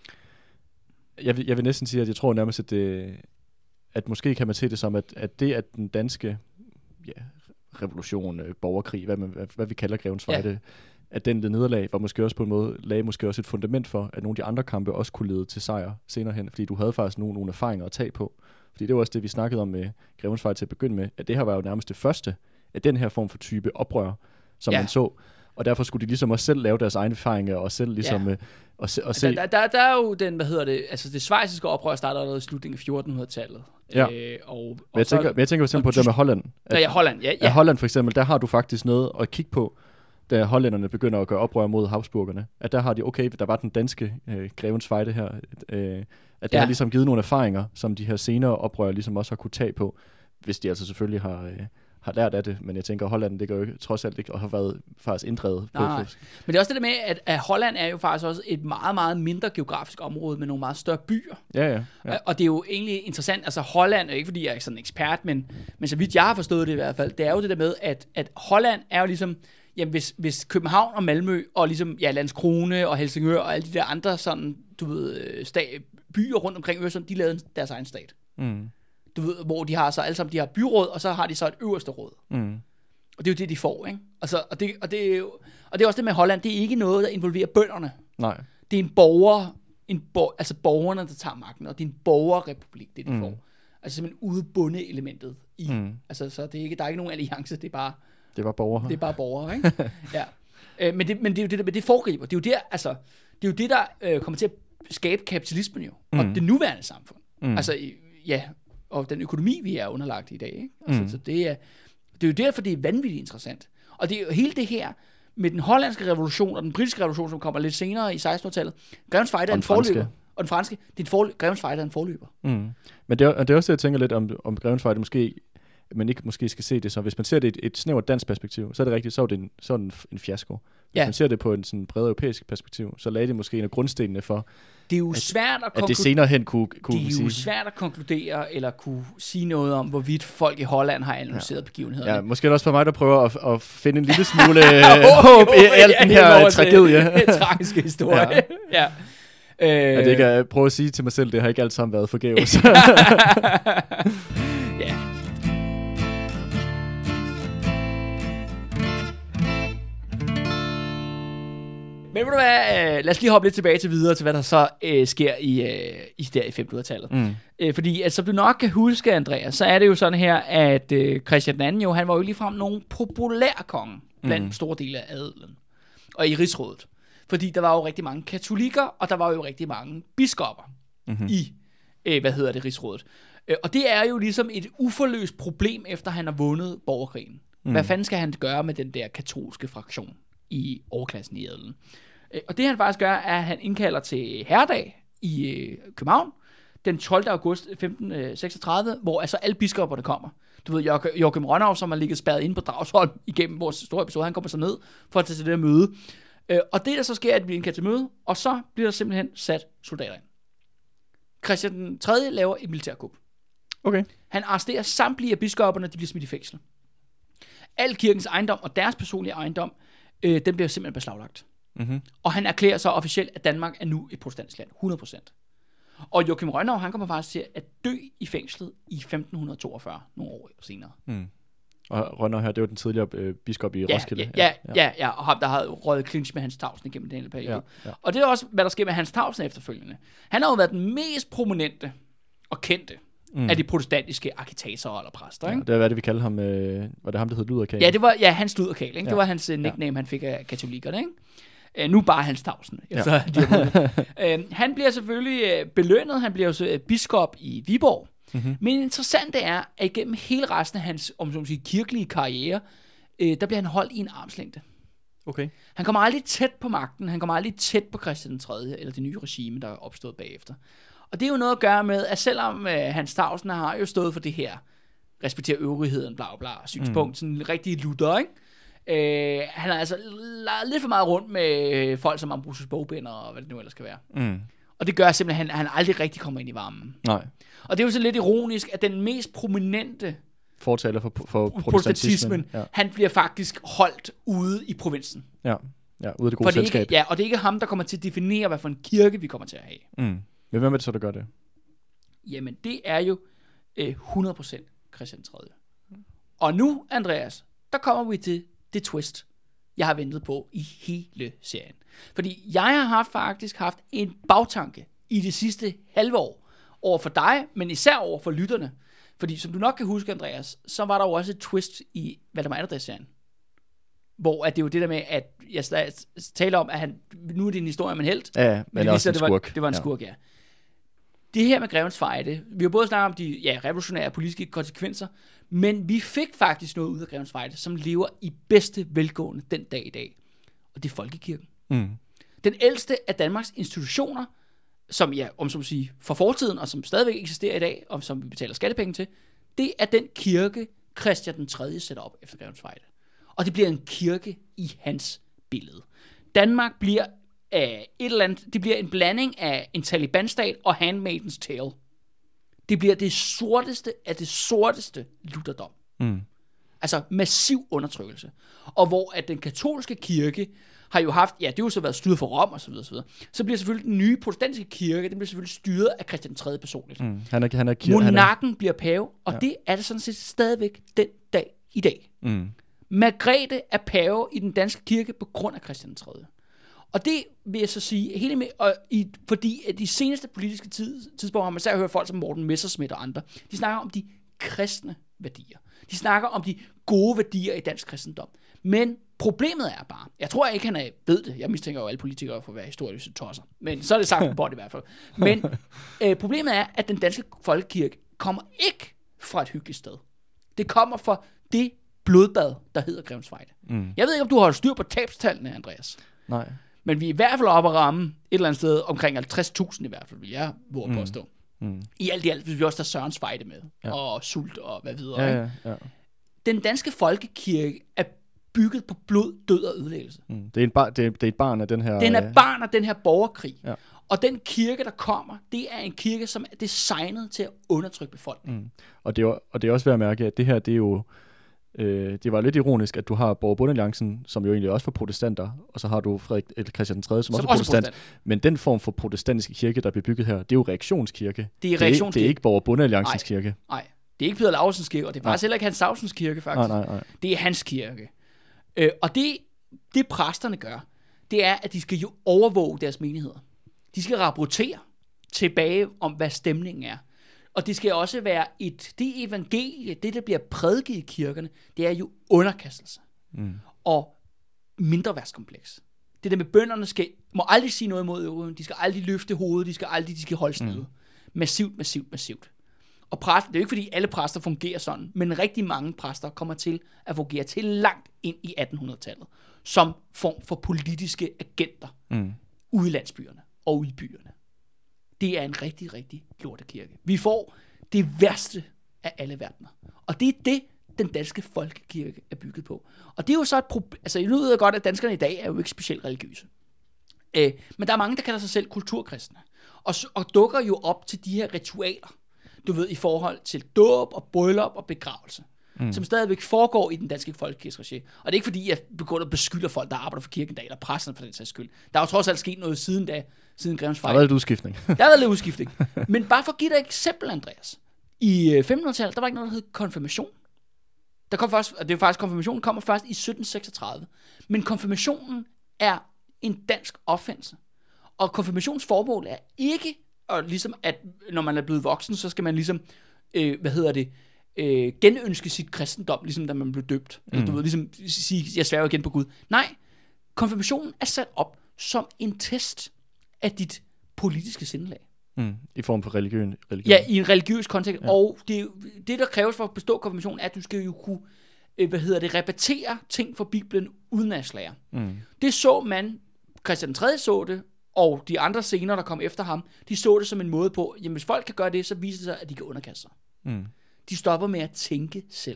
Speaker 2: jeg, vil, jeg vil næsten sige, at jeg tror nærmest, at, det, at måske kan man se det som, at, at det, at den danske ja, revolution, øh, borgerkrig, hvad, man, hvad, hvad vi kalder Grevens Fejde, ja. At den det nederlag var måske også på en måde, lagde måske også et fundament for, at nogle af de andre kampe også kunne lede til sejr senere hen, fordi du havde faktisk nogle, nogle erfaringer at tage på. Fordi det var også det, vi snakkede om med Grevens Fejde til at begynde med, at det her var jo nærmest det første af den her form for type oprør, som ja. Man så. Og derfor skulle de ligesom også selv lave deres egne erfaringer, og selv ligesom... Ja. Og se, og se.
Speaker 1: Der, der, der er jo den, hvad hedder det, altså det schweiziske oprør starter allerede i slutningen af fjortenhundredetallet.
Speaker 2: Ja.
Speaker 1: Øh, og, og
Speaker 2: men jeg, tænker, men jeg tænker for eksempel på det med Holland.
Speaker 1: At, ja, Holland, ja. ja.
Speaker 2: At Holland for eksempel, der har du faktisk noget at kigge på, da hollænderne begynder at gøre oprør mod Habsburgerne. At der har de, okay, der var den danske øh, Grevens Fejde her, øh, at det ja. Har ligesom givet nogle erfaringer, som de her senere oprør ligesom også har kunne tage på, hvis de altså selvfølgelig har... Øh, har lært af det, men jeg tænker, at Holland ligger jo trods alt ikke og har været faktisk inddrevet på.
Speaker 1: Nej, men det er også det der med, at, at Holland er jo faktisk også et meget, meget mindre geografisk område med nogle meget større byer.
Speaker 2: Ja, ja, ja.
Speaker 1: Og det er jo egentlig interessant, altså Holland, ikke fordi jeg er sådan en ekspert, men, men så vidt jeg har forstået det i hvert fald, det er jo det der med, at, at Holland er jo ligesom, jamen hvis, hvis København og Malmø, og ligesom, ja, Landskrone og Helsingør, og alle de der andre sådan, du ved, sta- byer rundt omkring Øresund, de lavede deres egen stat.
Speaker 2: Mm.
Speaker 1: Du ved, hvor de har så alle sammen, de har byråd, og så har de så et øverste råd.
Speaker 2: Mm.
Speaker 1: Og det er jo det, de får, ikke? Altså, og, det, og, det er jo, og det er også det med Holland, det er ikke noget, der involverer bønderne.
Speaker 2: Nej.
Speaker 1: Det er en borger, en bor, altså borgerne, der tager magten, og det er en borgerrepublik, det de mm. får. Altså simpelthen udbundet elementet i. Mm. Altså, så det er ikke, der er ikke nogen alliance, det er bare...
Speaker 2: Det er bare borgere.
Speaker 1: Det er bare borgere, ikke? Ja. Øh, men, det, men det er jo det, der, det foregriber. Det er jo der, altså, det er jo det, der øh, kommer til at skabe kapitalismen jo. Mm. Og det nuværende samfund. Mm. Altså, ja, og den økonomi, vi er underlagt i dag, ikke? Altså, mm. så det er, det er jo derfor, det er vanvittigt interessant. Og det er jo hele det her, med den hollandske revolution og den britiske revolution, som kommer lidt senere i sekstenhundredetallet. Grevens Fejde er en forløber. Og den franske, det er en forløber. Grevens Fejde er en forløber.
Speaker 2: Mm. Men det er, det er også det, jeg tænker lidt om, om Grevens Fejde måske, man ikke måske skal se det så. Hvis man ser det i et, et snævert dansk perspektiv, så er det rigtigt, så er det en, så er det en, en fiasko. Hvis ja. man ser det på en sådan bred europæisk perspektiv, så lagde det måske en af grundstenene for,
Speaker 1: det er jo
Speaker 2: at,
Speaker 1: svært at,
Speaker 2: at det senere hen kunne, kunne
Speaker 1: det er jo
Speaker 2: sige.
Speaker 1: svært at konkludere, eller kunne sige noget om, hvorvidt folk i Holland har analyseret ja. begivenhederne.
Speaker 2: Ja, måske er det også for mig, der prøver at, at finde en lille smule håb i al den her tragedie.
Speaker 1: Det er tragiske historie. Ja. Ja.
Speaker 2: Øh, at det ikke er, prøve at sige til mig selv, det har ikke alt sammen været forgæves.
Speaker 1: Ja. Men ved du hvad, øh, lad os lige hoppe lidt tilbage til videre til, hvad der så øh, sker i, øh, i, der i femtenhundredetallet. Mm. Øh, fordi, altså, som du nok kan huske, Andreas, så er det jo sådan her, at øh, Christian den anden jo, han var jo ligefrem nogen populær konge blandt mm. store dele af adelen og i rigsrådet. Fordi der var jo rigtig mange katolikker, og der var jo rigtig mange biskopper mm-hmm. i, øh, hvad hedder det, rigsrådet. Øh, og det er jo ligesom et uforløst problem, efter han har vundet borgerkrigen. Mm. Hvad fanden skal han gøre med den der katolske fraktion i overklassen i adelen? Øh, og det han faktisk gør, er, at han indkalder til herredag i øh, København, den tolvte august femten seksogtredive, hvor altså alle biskopperne kommer. Du ved, Joachim Rønnav, som har ligget spærret inde på Dragsholm igennem vores store episode, han kommer så ned for at tage til det der møde. Øh, og det der så sker, er, at vi bliver indkaldt til møde, og så bliver der simpelthen sat soldater ind. Christian den tredje laver et militærkup.
Speaker 2: Okay.
Speaker 1: Han arresterer samtlige af biskopperne, de bliver smidt i fængsel. Al kirkens ejendom og deres personlige ejendom, øh, den bliver simpelthen beslaglagt. Mm-hmm. Og han erklærer så officielt, at Danmark er nu et protestantisk land, hundrede procent. Og Joachim Rønnav, han kommer faktisk til at dø i fængslet i femten toogfyrre, nogle år senere. Mm.
Speaker 2: Og Rønnav her, det var den tidligere øh, biskop i
Speaker 1: ja,
Speaker 2: Roskilde.
Speaker 1: Ja, ja, ja, ja, ja, og ham, der havde røget clinch med Hans Tausen igennem den hele periode. Ja, ja. Og det er også, hvad der sker med Hans Tausen efterfølgende. Han har jo været den mest prominente og kendte mm. af de protestantiske agitatorer eller præster. Ikke?
Speaker 2: Ja, det er, hvad det vi kalder ham, øh, var det ham, der hed Luderkal?
Speaker 1: Ja, det var ja, Hans Luderkal, ikke? Ja. Det var hans uh, nickname, ja. han fik af katolikkerne, ikke? Uh, nu bare Hans Tausen. Efter ja. uh, han bliver selvfølgelig uh, belønnet, han bliver også uh, biskop i Viborg. Mm-hmm. Men interessant det er, at igennem hele resten af hans om så sige, kirkelige karriere, øh, der bliver han holdt i en armslængde.
Speaker 2: Okay.
Speaker 1: Han kommer aldrig tæt på magten, han kommer aldrig tæt på Christian den tredje, eller det nye regime, der er opstået bagefter. Og det er jo noget at gøre med, at selvom øh, Hans Tausen har jo stået for det her, respekterer øvrigheden, bla bla, synspunkt, mm. sådan en rigtig lutter, ikke? Øh, han har altså lidt for meget rundt med folk som Ambrosius Bogbinder, og hvad det nu ellers skal være. Mm. Og det gør simpelthen, at han, han aldrig rigtig kommer ind i varmen.
Speaker 2: Nej.
Speaker 1: Og det er jo så lidt ironisk, at den mest prominente
Speaker 2: fortaler for, for protestantismen,
Speaker 1: ja. han bliver faktisk holdt ude i provinsen.
Speaker 2: Ja, ja ude af det gode det selskab.
Speaker 1: Ikke, ja, og det er ikke ham, der kommer til at definere, hvad for en kirke vi kommer til at have.
Speaker 2: Mm. Men hvem er det så, der gør det?
Speaker 1: Jamen, det er jo øh, hundrede procent Christian den tredje. Mm. Og nu, Andreas, der kommer vi til det twist, jeg har ventet på i hele serien. Fordi jeg har haft, faktisk haft en bagtanke i det sidste halve år over for dig, men især over for lytterne. Fordi som du nok kan huske, Andreas, så var der jo også et twist i Valdemar Atterdag-serien. Hvor at det er jo det der med, at jeg taler om, at han, nu er det en historie om en helt.
Speaker 2: Ja, men, men det, også
Speaker 1: en skurk. Det var, det var en ja. skurk, ja. Det her med Grevens Fejde, vi har både snakket om de ja, revolutionære politiske konsekvenser, men vi fik faktisk noget ud af Grevens Fejde, som lever i bedste velgående den dag i dag. Og det er folkekirken. Mm. Den ældste af Danmarks institutioner, som ja, om som sige, for fortiden, og som stadigvæk eksisterer i dag, og som vi betaler skattepenge til, det er den kirke, Christian den tredje sætter op efter Grevens Fejde. Og det bliver en kirke i hans billede. Danmark bliver af et eller andet, det bliver en blanding af en Taliban-stat og Handmaid's Tale. Det bliver det sorteste af det sorteste lutherdom. Mm. Altså massiv undertrykkelse. Og hvor at den katolske kirke har jo haft, ja, det har jo så været styret for Rom og så videre, så videre. Så bliver selvfølgelig den nye protestantiske kirke, den bliver selvfølgelig styret af Christian den tredje personligt.
Speaker 2: Mm. Han er, han er kir-
Speaker 1: Monarken
Speaker 2: han er...
Speaker 1: bliver pave, og ja. det er det sådan set stadigvæk den dag i dag.
Speaker 2: Mm.
Speaker 1: Margrethe er pave i den danske kirke på grund af Christian den tredje. Og det vil jeg så sige, hele med, og i, fordi at de seneste politiske tid, tidspunkter har man så hørt folk som Morten Messerschmidt og andre, de snakker om de kristne værdier. De snakker om de gode værdier i dansk kristendom. Men problemet er bare, jeg tror ikke, han er, ved det, jeg mistænker jo alle politikere for at være historiske tosser, men så er det sagt på bort i hvert fald. Men øh, problemet er, at den danske folkekirke kommer ikke fra et hyggeligt sted. Det kommer fra det blodbad, der hedder Grevens Fejde. Mm. Jeg ved ikke, om du har styr på tabstallene, Andreas.
Speaker 2: Nej.
Speaker 1: Men vi er i hvert fald oppe at ramme et eller andet sted omkring halvtreds tusind i hvert fald, vil jeg våge mm. påstå. Mm. I alt i alt vil vi også tage Sørens Fejde med, ja. og sult og hvad videre.
Speaker 2: Ja, ja, ja.
Speaker 1: Den danske folkekirke er bygget på blod, død og ødelæggelse.
Speaker 2: Mm. Det, er en bar, det, er, det er et barn af den her...
Speaker 1: Den er barn af den her borgerkrig.
Speaker 2: Ja.
Speaker 1: Og den kirke, der kommer, det er en kirke, som er designet til at undertrykke befolkningen.
Speaker 2: Mm. Og, det er, og det er også værd at mærke, at det her, det er jo... Øh, det var lidt ironisk, at du har Borger Bund Alliancen, som jo egentlig også for protestanter, og så har du Frederik eller Christian den tredje, som, som også er protestant. protestant. Men den form for protestantiske kirke, der bliver bygget her, det er jo reaktionskirke.
Speaker 1: Det er reaktionskirke.
Speaker 2: Det er ikke Borger Bund Alliancens kirke.
Speaker 1: Nej, det er ikke Peder Lausens kirke, og det er faktisk nej. heller ikke Hans Sausens kirke, faktisk.
Speaker 2: Nej, nej, nej.
Speaker 1: Det er hans kirke. Øh, og det, det præsterne gør, det er, at de skal jo overvåge deres menigheder. De skal rapportere tilbage om, hvad stemningen er. Og det skal også være et, det evangelie, det der bliver prædiket i kirkerne, det er jo underkastelse. Mm. Og mindreværdskompleks. Det der med bønderne skal, må aldrig sige noget imod øvrigt, de skal aldrig løfte hovedet, de skal aldrig, de skal holde snede. Mm. Massivt, massivt, massivt. Og præster, det er jo ikke fordi alle præster fungerer sådan, men rigtig mange præster kommer til at fungere til langt ind i attenhundredetallet, som form for politiske agenter mm. ude i landsbyerne og i byerne. Det er en rigtig, rigtig lortekirke. Vi får det værste af alle verdener. Og det er det, den danske folkekirke er bygget på. Og det er jo så et problem. Altså, jeg ved godt, at danskerne i dag er jo ikke specielt religiøse. Øh, men der er mange, der kalder sig selv kulturkristne. Og, og dukker jo op til de her ritualer, du ved, i forhold til dåb og bryllup og begravelse, mm. som stadigvæk foregår i den danske folkekirkes regi. Og det er ikke fordi, jeg begynder at beskylde folk, der arbejder for kirken dag, eller præsten for den sags skyld. Der er jo trods alt sket noget siden da, siden Grevens Fejde.
Speaker 2: Der har været lidt udskiftning.
Speaker 1: Der har været lidt udskiftning. Men bare for at give dig et eksempel, Andreas. I femtenhundredetallet, der var ikke noget, der hed konfirmation. Der kom først, og det er faktisk, konfirmationen kommer først i sytten seksogtredive. Men konfirmationen er en dansk opfindelse. Og konfirmationsformål er ikke, og ligesom at når man er blevet voksen, så skal man ligesom, øh, hvad hedder det, øh, genønske sit kristendom, ligesom da man blev døbt. Mm. Eller du ved, ligesom sige, jeg sværger igen på Gud. Nej, konfirmationen er sat op som en test af dit politiske sindelag.
Speaker 2: Mm. I form for religion, religion.
Speaker 1: Ja, i en religiøs kontekst. Ja. Og det, det, der kræves for at bestå konfirmationen, er, at du skal jo kunne, øh, hvad hedder det, repetere ting fra Bibelen uden at slære. Mm. Det så man, Christian den tredje så det, og de andre senere, der kom efter ham, de så det som en måde på, jamen hvis folk kan gøre det, så viser det sig, at de kan underkaste sig. Mm. De stopper med at tænke selv.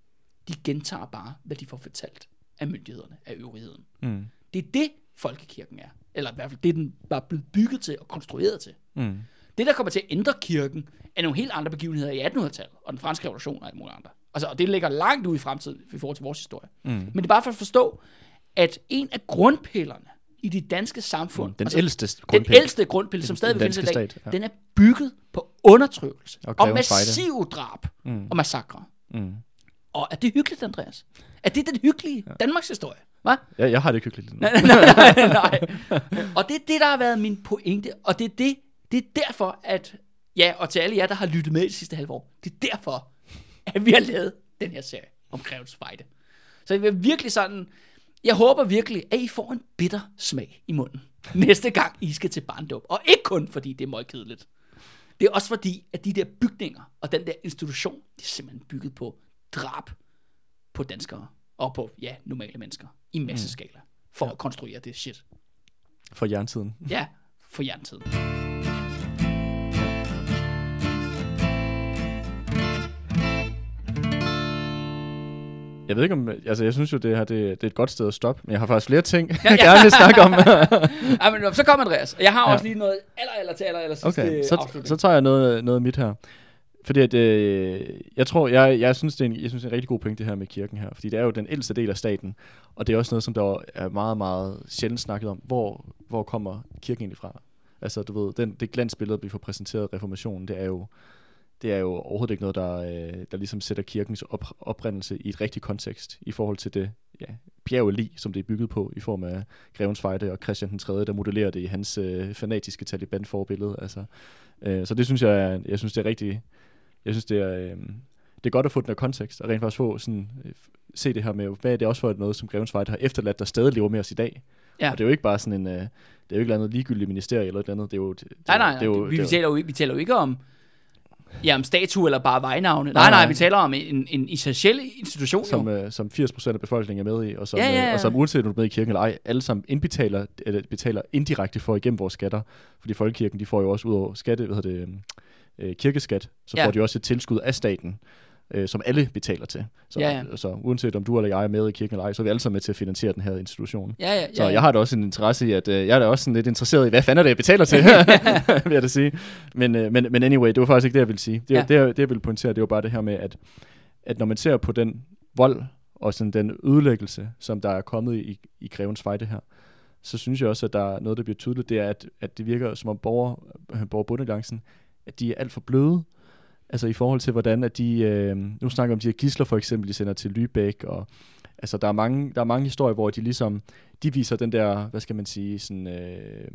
Speaker 1: De gentager bare, hvad de får fortalt af myndighederne, af øvrigheden. Mm. Det er det, folkekirken er. Eller i hvert fald det, den var blevet bygget til og konstrueret til. Mm. Det, der kommer til at ændre kirken, er nogle helt andre begivenheder i attenhundredetallet, og den franske revolution og alt muligt andre. Altså, og det ligger langt ud i fremtiden i forhold til vores historie. Mm. Men det er bare for at forstå, at en af grundpillerne i det danske samfund,
Speaker 2: den
Speaker 1: altså,
Speaker 2: ældste grundpille,
Speaker 1: den ældste grundpille, som stadig findes i dag,
Speaker 2: stat, ja.
Speaker 1: den er bygget på undertrykkelse og,
Speaker 2: og
Speaker 1: massive drab mm. og massakre. Mm. Og er det hyggeligt, Andreas? Er det den hyggelige ja. Danmarks historie? Hva?
Speaker 2: Ja, jeg har det ikke hyggeligt.
Speaker 1: nej, nej, nej, nej. Og det er det, der har været min pointe, og det er det, det er derfor, at, ja, og til alle jer, der har lyttet med i de sidste halve år, det er derfor, at vi har lavet den her serie om Grevens Fejde. Så jeg vil virkelig sådan, jeg håber virkelig, at I får en bitter smag i munden, næste gang I skal til barndåb. Og ikke kun fordi det er meget kedeligt. Det er også fordi, at de der bygninger og den der institution, det er simpelthen bygget på drab på danskere og på, ja, normale mennesker i masseskala for ja. At konstruere det shit.
Speaker 2: For jerntiden.
Speaker 1: Ja, for jerntiden.
Speaker 2: Jeg ved ikke om, altså jeg synes jo, det her det, det er et godt sted at stoppe, men jeg har faktisk flere ting, jeg ja, ja. gerne vil snakke om.
Speaker 1: Ja, men så kom Andreas, og jeg har ja. også lige noget aller, aller til aller, aller sidste
Speaker 2: okay, så, så tager jeg noget, noget mit her. Fordi at, øh, jeg tror, jeg, jeg, synes, det er en, jeg synes, det er en rigtig god point, det her med kirken her. Fordi det er jo den ældste del af staten, og det er også noget, som der er meget, meget sjældent snakket om. Hvor, hvor kommer kirken egentlig fra? Altså, du ved, den, det glansbillede, vi får præsenteret reformationen, det er jo, det er jo overhovedet ikke noget, der, øh, der ligesom sætter kirkens op, oprindelse i et rigtigt kontekst, i forhold til det ja, bjergelig, som det er bygget på, i form af Grevens Fejde og Christian den tredje, der modellerer det i hans øh, fanatiske Taliban-forbillede. Altså, øh, så det synes jeg, jeg synes, det er rigtig... Jeg synes, det er, øh, det er godt at få den her kontekst, og rent faktisk få sådan, øh, se det her med, hvad er det også for noget, som Grevens Fejde har efterladt, der stadig lever med os i dag. Ja. Og det er jo ikke bare sådan en, øh, det er jo ikke andet ligegyldigt ministerie eller et andet. Det er jo, det,
Speaker 1: nej, nej,
Speaker 2: det er jo,
Speaker 1: vi,
Speaker 2: det er
Speaker 1: vi, taler jo, vi taler jo ikke om, ja, om statue eller bare vejnavne. Nej, nej, nej, vi taler om en, en essentiel institution.
Speaker 2: Som, øh, som firs procent af befolkningen er med i, og som,
Speaker 1: ja, ja, ja.
Speaker 2: Øh, og som uanset om du er med i kirken eller ej, alle sammen indbetaler, eller betaler indirekte for igennem vores skatter. Fordi folkekirken, de får jo også ud over skatte, hvad hedder det, øh, kirkeskat, så ja. får de også et tilskud af staten, øh, som alle betaler til. Så, ja, ja. så uanset om du eller jeg er med i kirken eller ej, så er vi alle sammen med til at finansiere den her institution.
Speaker 1: Ja, ja, ja,
Speaker 2: så
Speaker 1: ja.
Speaker 2: jeg har da også en interesse i, at øh, jeg er da også sådan lidt interesseret i, hvad fanden er det, jeg betaler til, vil jeg da sige. Men, øh, men, men anyway, det var faktisk ikke det, jeg ville sige. Det, ja. det, det, jeg ville pointere, det var bare det her med, at, at når man ser på den vold og sådan den ødelæggelse, som der er kommet i, i Grevens Fejde her, så synes jeg også, at der er noget, der bliver tydeligt, det er, at, at det virker som om borger, borgerbundealliancen, at de er alt for bløde. Altså i forhold til, hvordan at de... Øh, nu snakker om de her gidsler for eksempel, de sender til Lübeck, og altså der er mange, der er mange historier, hvor de ligesom... De viser den der, hvad skal man sige, sådan... Øh,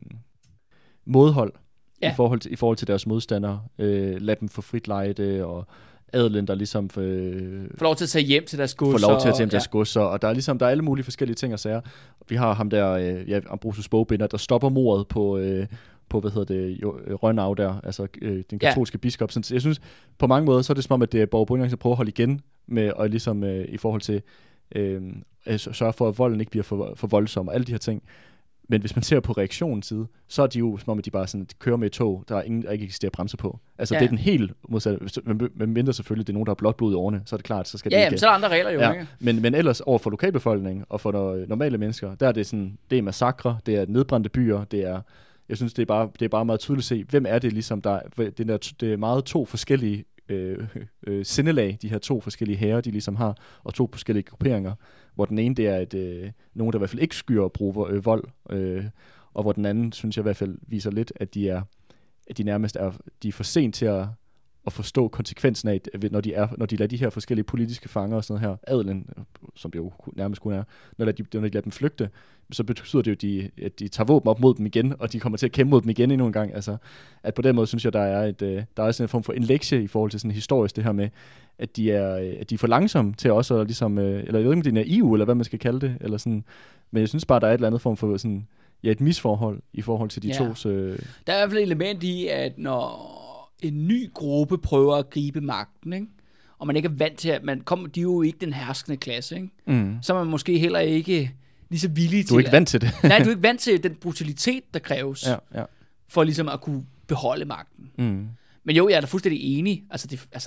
Speaker 2: modhold ja. i, forhold til, i forhold til deres modstandere. Øh, lad dem få frit lejde, og adelen, der ligesom... Øh,
Speaker 1: får lov til at tage hjem til deres godser.
Speaker 2: Får lov til at tage hjem til deres godser, og der er ligesom, der er alle mulige forskellige ting at sige. Vi har ham der, øh, ja, Ambrosius Bogbinder, der stopper mordet på... Øh, på, hvad hedder det, Rønnav der, altså øh, den katolske ja. biskop. Så jeg synes, på mange måder, så er det som om, at det er borgerbundealliancen, der prøver at holde igen med, og ligesom øh, i forhold til, øh, at sørge for, at volden ikke bliver for, for voldsom, og alle de her ting. Men hvis man ser på reaktionens side, så er de jo som om, at de bare sådan, de kører med et tog, der, er ingen, der ikke eksisterer bremser på. Altså, ja. det er den helt modsatte. Men mindre selvfølgelig, det er nogen, der har blåt blod i årene, så er det klart, så skal
Speaker 1: ja,
Speaker 2: de
Speaker 1: ikke...
Speaker 2: ikke...
Speaker 1: Ja, så er der andre regler jo,
Speaker 2: ja.
Speaker 1: ikke?
Speaker 2: Men, men ellers over for lokalbefolkningen, og for normale mennesker, der er det sådan, det er massakre, det er nedbrændte byer, det er... Jeg synes, det er bare, det er bare meget tydeligt at se, hvem er det ligesom, der det, der, det er meget to forskellige øh, øh, sindelag, de her to forskellige hære, de ligesom har, og to forskellige grupperinger, hvor den ene, det er et, øh, nogen, der i hvert fald ikke skyer at bruge øh, vold, øh, og hvor den anden, synes jeg i hvert fald, viser lidt, at de er, at de nærmest er, de er for sent til at, at forstå konsekvensen af, når de, er, når de lader de her forskellige politiske fanger og sådan noget her, adelen, som det jo nærmest kun er, når de, når de lader dem flygte, så betyder det jo, at de, at de tager våben op mod dem igen, og de kommer til at kæmpe mod dem igen endnu en gang. Altså, at på den måde synes jeg, der er, et, der er sådan en form for en lektie i forhold til sådan historisk det her med, at de er, at de er for langsomme til også at ligesom, eller jeg ved ikke, om de er naive, eller hvad man skal kalde det, eller sådan, men jeg synes bare, der er et eller andet form for sådan, ja, et misforhold i forhold til de ja. tos... Øh...
Speaker 1: Der er i hvert fald et element i, at når en ny gruppe prøver at gribe magten, ikke? Og man ikke er vant til, at man kommer, de er jo ikke den herskende klasse, ikke? Mm. Så er man måske heller ikke lige så villig til...
Speaker 2: Du er ikke vant til det.
Speaker 1: Nej, du er ikke vant til den brutalitet, der kræves,
Speaker 2: ja, ja.
Speaker 1: for ligesom at kunne beholde magten.
Speaker 2: Mm.
Speaker 1: Men jo, jeg er da fuldstændig enig. Altså, det, altså,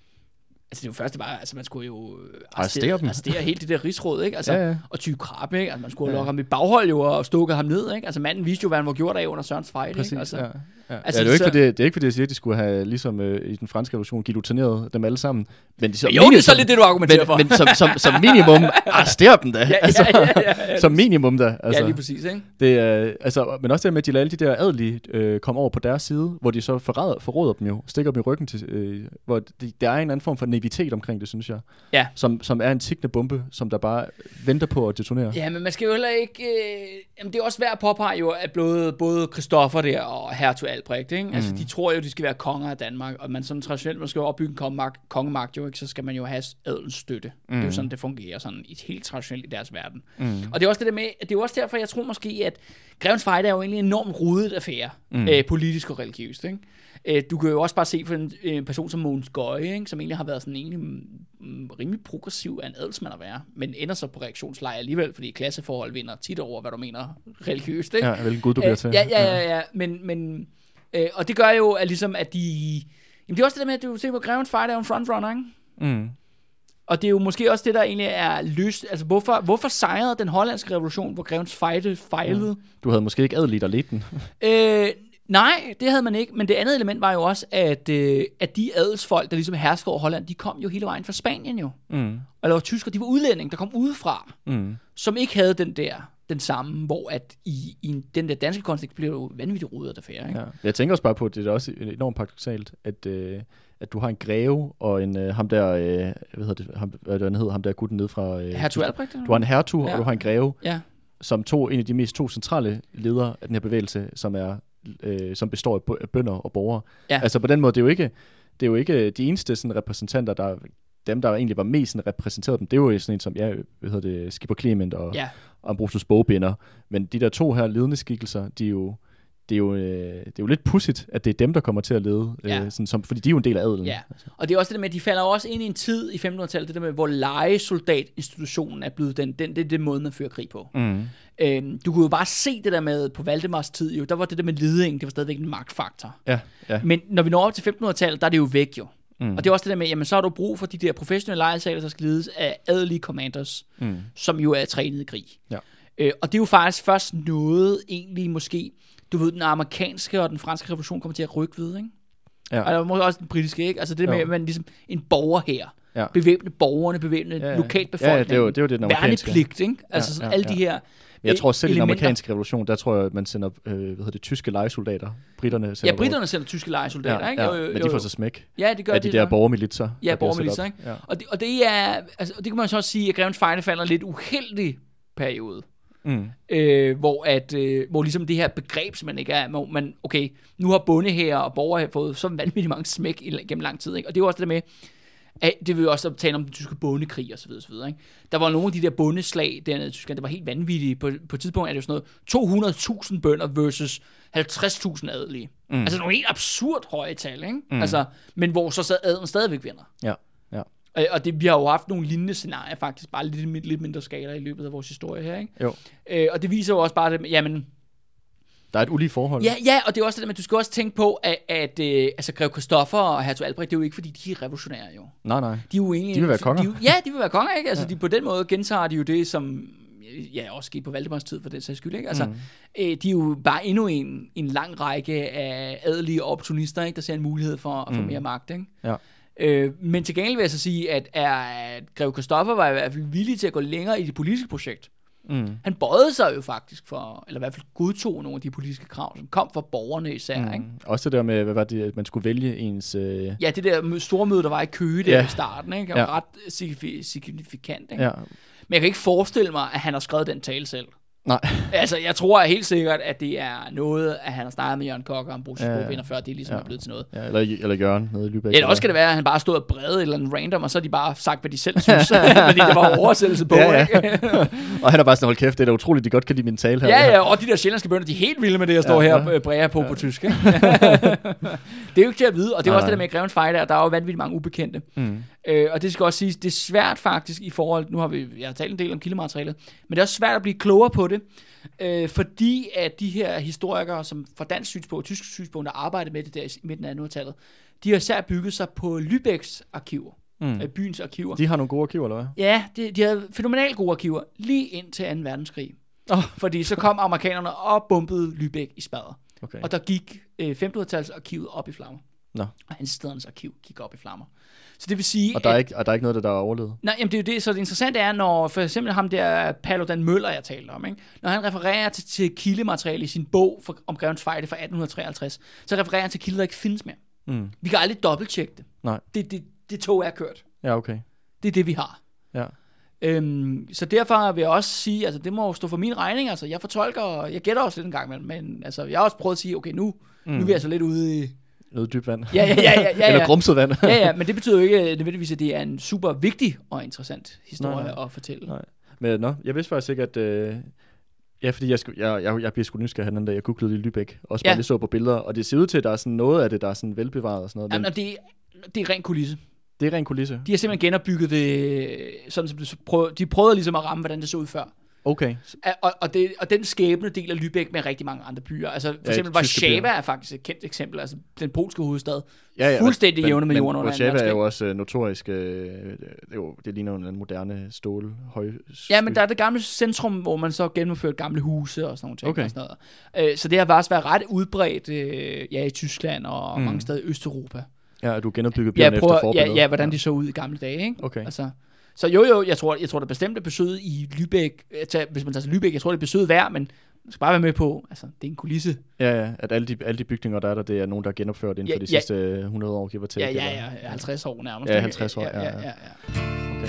Speaker 1: altså det er jo først, det var, altså man skulle jo
Speaker 2: arrestere dem.
Speaker 1: Arrestere helt det der rigsråd, ikke? Altså,
Speaker 2: ja, ja.
Speaker 1: Og Tyge Krabbe, ikke? Altså, man skulle ja. lukke ham i baghold jo, og stukke ham ned, ikke? Altså, manden viste jo, hvad han var gjort af under Sørens Fejde, ikke? Altså,
Speaker 2: ja. Ja. Altså, ja, det, er ikke, så... fordi, det er ikke fordi, jeg siger, at de skulle have, ligesom øh, i den franske revolution, guillotineret dem alle sammen. Men de, som
Speaker 1: jo, det er så lidt det, du argumenterer
Speaker 2: men,
Speaker 1: for.
Speaker 2: Men som, som, som minimum, arrestere dem da. Ja, altså, ja, ja, ja, ja. Som minimum da. Altså,
Speaker 1: ja, lige præcis, ikke?
Speaker 2: Det, øh, altså, men også det med, at de lader alle de der adelige øh, komme over på deres side, hvor de så forræder, forråder dem jo, stikker dem i ryggen til, øh, hvor de, der er en anden form for naivitet omkring det, synes jeg.
Speaker 1: Ja.
Speaker 2: Som, som er en tikkende bombe, som der bare venter på at detonere.
Speaker 1: Ja, men man skal jo heller ikke... Øh, jamen, det er også værd at påpege jo, at både, både Christoffer der og hertug Albrecht, ikke? Mm. Altså, de tror jo, de skal være konger af Danmark, og man sådan traditionelt, man skal jo opbygge en kongemagt, kongemagt jo, ikke? Så skal man jo have adelens støtte. Mm. Det er jo sådan, det fungerer sådan i helt traditionelt i deres verden. Mm. Og det er også det der med, det er jo også derfor, jeg tror måske, at Grevens Fejde er jo egentlig en enormt rodet affære, mm. øh, politisk og religiøst, ikke? Øh, du kan jo også bare se for en øh, person som Mogens Gøje, ikke? Som egentlig har været sådan egentlig mm, rimelig progressiv af en adelsmand at være, men ender så på reaktionslejr alligevel, fordi klasseforhold vinder tit over, hvad du mener religiøst, ikke?
Speaker 2: Ja, hvilken gud du bliver til.
Speaker 1: Ja, ja, ja, ja, men... men Øh, og det gør jo, at, ligesom, at de... Jamen det er også det der med, at du ser på Grevens Fejde er jo en frontrunner, ikke? Mm. Og det er jo måske også det, der egentlig er lyst. Altså, hvorfor, hvorfor sejrede den hollandske revolution, hvor Grevens Fejde fejlede?
Speaker 2: Ja. Du havde måske ikke adeligt at lede den.
Speaker 1: øh, Nej, det havde man ikke, men det andet element var jo også, at, øh, at de adelsfolk, der ligesom hersker over Holland, de kom jo hele vejen fra Spanien jo.
Speaker 2: Mm.
Speaker 1: Eller tyskere, de var udlændinge, der kom udefra,
Speaker 2: Mm.
Speaker 1: som ikke havde den der, den samme, hvor at i, i den der danske kontekst blev jo vanvittigt rodet affære, ikke?
Speaker 2: Ja. Jeg tænker også bare på, at det er også enormt paradoksalt, at, øh, at du har en greve og en øh, ham der, øh, hvad hedder det, ham, hvad det hedder, ham der gutten ned fra... Øh,
Speaker 1: Hertug Albrecht?
Speaker 2: Du har en hertug,
Speaker 1: ja.
Speaker 2: og du har en greve,
Speaker 1: ja.
Speaker 2: som to, en af de mest to centrale ledere af den her bevægelse, som er øh, som består af bønder og borgere. Ja. Altså på den måde, det er jo ikke, det er jo ikke de eneste sådan, repræsentanter, der dem, der egentlig var mest sådan, repræsenteret dem, det er jo sådan en som, ja, hvad hedder det, Skipper Clement og,
Speaker 1: ja.
Speaker 2: og Ambrosius Bogbinder. Men de der to her ledende skikkelser, de er jo, det er jo, øh, det er jo lidt pudsigt, at det er dem, der kommer til at lede, ja. øh, sådan, som, fordi de er jo en del af adelen.
Speaker 1: Ja, og det er også det der med, at de falder også ind i en tid i femtenhundredetallet, det der med, hvor lejesoldatinstitutionen er blevet den, den, det er den måde, man fører krig på. Mm. Øhm, du kunne jo bare se det der med, på Valdemars tid, jo, der var det der med leding, det var stadigvæk en magtfaktor.
Speaker 2: Ja, ja.
Speaker 1: Men når vi når op til femtenhundredetallet, der er det jo væk jo.
Speaker 2: Mm.
Speaker 1: Og det er også det der med, jamen så har du brug for de der professionelle lejesaler, der skal ledes af adelige commanders, mm. som jo er trænet i krig. Ja. Øh, og det er jo faktisk først noget, egentlig måske, du ved, den amerikanske og den franske revolution kommer til at rykke ved, ikke? Ja. Og måske også den britiske, ikke? Altså det med, at man ligesom en borger her, ja. bevæbne borgerne, bevæbne ja, ja. lokalbefolkningen,
Speaker 2: ja, det er jo det, er jo det den amerikanske.
Speaker 1: Værnepligt, ikke? Altså ja, ja, ja. alle de her
Speaker 2: jeg tror selv i den amerikanske revolution, der tror jeg, at man sender øh, hvad hedder det, tyske lejesoldater. Britterne sender
Speaker 1: ja, britterne sender tyske lejesoldater,
Speaker 2: ja,
Speaker 1: ikke?
Speaker 2: Ja,
Speaker 1: jo, jo, jo.
Speaker 2: men de får så smæk.
Speaker 1: Ja, det gør
Speaker 2: af
Speaker 1: de.
Speaker 2: de der borgermilitser.
Speaker 1: Ja, borgermilitser, ikke? Ja. Og, det, og det er, altså, det kan man så også sige, at Grevens Fejde falder en lidt uheldig periode. Mm. Øh, hvor, at, øh, hvor ligesom det her begreb, som man ikke er, hvor man, okay, nu har bondehære og borgere har fået så vanvittigt mange smæk gennem lang tid, ikke? Og det er jo også det der med, at det vil jo også tale om den tyske bondekrig og så videre, så videre, ikke? Der var nogle af de der bondeslag dernede i Tyskland, det var helt vanvittige. På, på et tidspunkt er det jo sådan noget to hundrede tusind bønder versus halvtreds tusind adelige. Mm. Altså nogle helt absurd høje tal, ikke? Mm. Altså, men hvor så adelen stadigvæk vinder. Ja. Og det, vi har jo haft nogle lignende scenarier faktisk, bare lidt, lidt mindre skala i løbet af vores historie her, ikke? Jo. Øh, og det viser jo også bare, at jamen,
Speaker 2: der er et ulige forhold.
Speaker 1: Ja, ja, og det er også det, men du skal også tænke på, at, at øh, altså, Grev Christoffer og Hertug Albrecht, det er jo ikke, fordi de er revolutionære jo.
Speaker 2: Nej, nej.
Speaker 1: De, er jo egentlig,
Speaker 2: de vil være konger.
Speaker 1: De, ja, de vil være konger, ikke? Altså, ja. de, på den måde gentager de jo det, som ja, også skete på Valdemars tid for den sags skyld, ikke? Altså, mm. øh, de er jo bare endnu en, en lang række af adelige opportunister, ikke? Der ser en mulighed for at få mm. mere magt, ikke? Ja. Øh, men til gengæld vil jeg så sige, at, at Grev Christoffer var i hvert fald villig til at gå længere i det politiske projekt. Mm. Han bøjede sig jo faktisk for, eller i hvert fald godtog nogle af de politiske krav, som kom fra borgerne især. Mm. Ikke?
Speaker 2: Også det der med, hvad var det, at man skulle vælge ens... Øh...
Speaker 1: Ja, det der store møde, der var i Køge der ja. i starten, ikke? Det var ja. ret signifikant. Ikke? Ja. Men jeg kan ikke forestille mig, at han har skrevet den tale selv.
Speaker 2: Nej.
Speaker 1: Altså, jeg tror helt sikkert, at det er noget, at han har startet med Jørgen Kok og Ambrosius ja, Bogbinder, før det ligesom ja. er blevet til noget.
Speaker 2: Ja, eller, eller Jørgen nede i Lübeck.
Speaker 1: Eller også skal det være, at han bare stod og brede et eller andet random, og så har de bare sagt, hvad de selv synes, fordi det var oversættelse på, ja, ja. ikke?
Speaker 2: Og han har bare sådan, hold kæft, det er da utroligt, de godt kan lide min tale her.
Speaker 1: Ja, ja, og de der sjællandske bønder, de er helt vilde med det, jeg står ja, her og bræger på ja. på tysk. Ikke? Det er jo ikke til at vide, og det er nej, også nej. det der med Grevens Fejde, der er jo vanvittigt mange ubekendte. Mm. Øh, og det skal også siges, det er svært faktisk i forhold, nu har vi, jeg har talt en del om kildematerialet, men det er også svært at blive klogere på det, øh, fordi at de her historikere, som fra dansk synspunkt og tysk synspunkt, der arbejder med det der i midten af attenhundredetallet, de har især bygget sig på Lübecks arkiver, mm. øh, byens arkiver.
Speaker 2: De har nogle gode arkiver, eller hvad?
Speaker 1: Ja, de, de har fænomenalt gode arkiver, lige ind til anden verdenskrig. Oh. Fordi så kom amerikanerne og bombede Lübeck i spadder. Okay. Og der gik øh, femtenhundredetallet arkivet op i flammer. No. Og hans stedernes arkiv gik op i flammer. Så det vil sige,
Speaker 2: og der er, at, ikke, og der er ikke noget, der er overlevet?
Speaker 1: Nej, jamen det er jo det. Så det interessante er, når for eksempel ham der Paludan Møller, jeg talte om, ikke? Når han refererer til, til kildemateriale i sin bog for, om Grevens Fejde fra atten treoghalvtreds, så refererer han til kilder, der ikke findes mere. Mm. Vi kan aldrig dobbelttjekke det. Nej. Det, det, det tog er kørt.
Speaker 2: Ja, okay.
Speaker 1: Det er det, vi har. Ja. Øhm, så derfor vil jeg også sige, altså det må jo stå for min regning, altså jeg fortolker, jeg gætter også lidt en gang imellem, men altså jeg har også prøvet at sige, okay, nu, mm. nu er vi altså lidt ude i
Speaker 2: noget dybt vand.
Speaker 1: Ja, ja, ja, ja, ja.
Speaker 2: Eller grumset vand.
Speaker 1: ja, ja, men det betyder jo ikke nødvendigvis, at det er en super vigtig og interessant historie nej, nej. at fortælle. Nej.
Speaker 2: Men nå, jeg vidste faktisk ikke, at... Øh, ja, fordi jeg, sku, jeg, jeg, jeg bliver sgu nysgerrig den dag, jeg googlede i Lübeck, også bare ja. lige så på billeder, og det ser ud til, at der er sådan noget af det, der er sådan velbevaret og sådan noget.
Speaker 1: Jamen, men det, det er ren kulisse.
Speaker 2: Det er ren kulisse?
Speaker 1: De har simpelthen genopbygget det, sådan som det prøvede, de prøvede ligesom at ramme, hvordan det så ud før.
Speaker 2: Okay.
Speaker 1: Og, og, det, og den skæbne del af Lübeck med rigtig mange andre byer. Altså for ja, eksempel Warszawa er faktisk et kendt eksempel, altså den polske hovedstad. Ja, ja, fuldstændig jævne med jorden under
Speaker 2: anden verdenskrig. Warszawa er jo også uh, notorisk, uh, det er jo det ligner en moderne stål høj.
Speaker 1: Ja, men der er det gamle centrum, hvor man så gennemførte gamle huse og sådan nogle ting.
Speaker 2: Okay.
Speaker 1: Og sådan noget. Øh, så det har faktisk været ret udbredt øh, ja, i Tyskland og mm. mange steder i Østeuropa.
Speaker 2: Ja, du genopbygget byen
Speaker 1: ja,
Speaker 2: efter forbilledet.
Speaker 1: Ja, ja, hvordan de så ud i gamle dage, ikke?
Speaker 2: Okay.
Speaker 1: Altså, så jo, jo, jeg tror, jeg tror, der bestemt er besøget i Lübeck. Hvis man tager til Lübeck, jeg tror, det er besøget værd, men man skal bare være med på, altså, det er en kulisse.
Speaker 2: Ja, ja, at alle de, alle de bygninger, der er der, det er nogen, der er genopført inden
Speaker 1: ja,
Speaker 2: for de
Speaker 1: ja.
Speaker 2: sidste hundrede år, giver til.
Speaker 1: Ja, ja, ja, halvtreds år nærmest.
Speaker 2: Ja, halvtreds år, ja, ja.
Speaker 1: ja, ja, ja.
Speaker 2: Okay.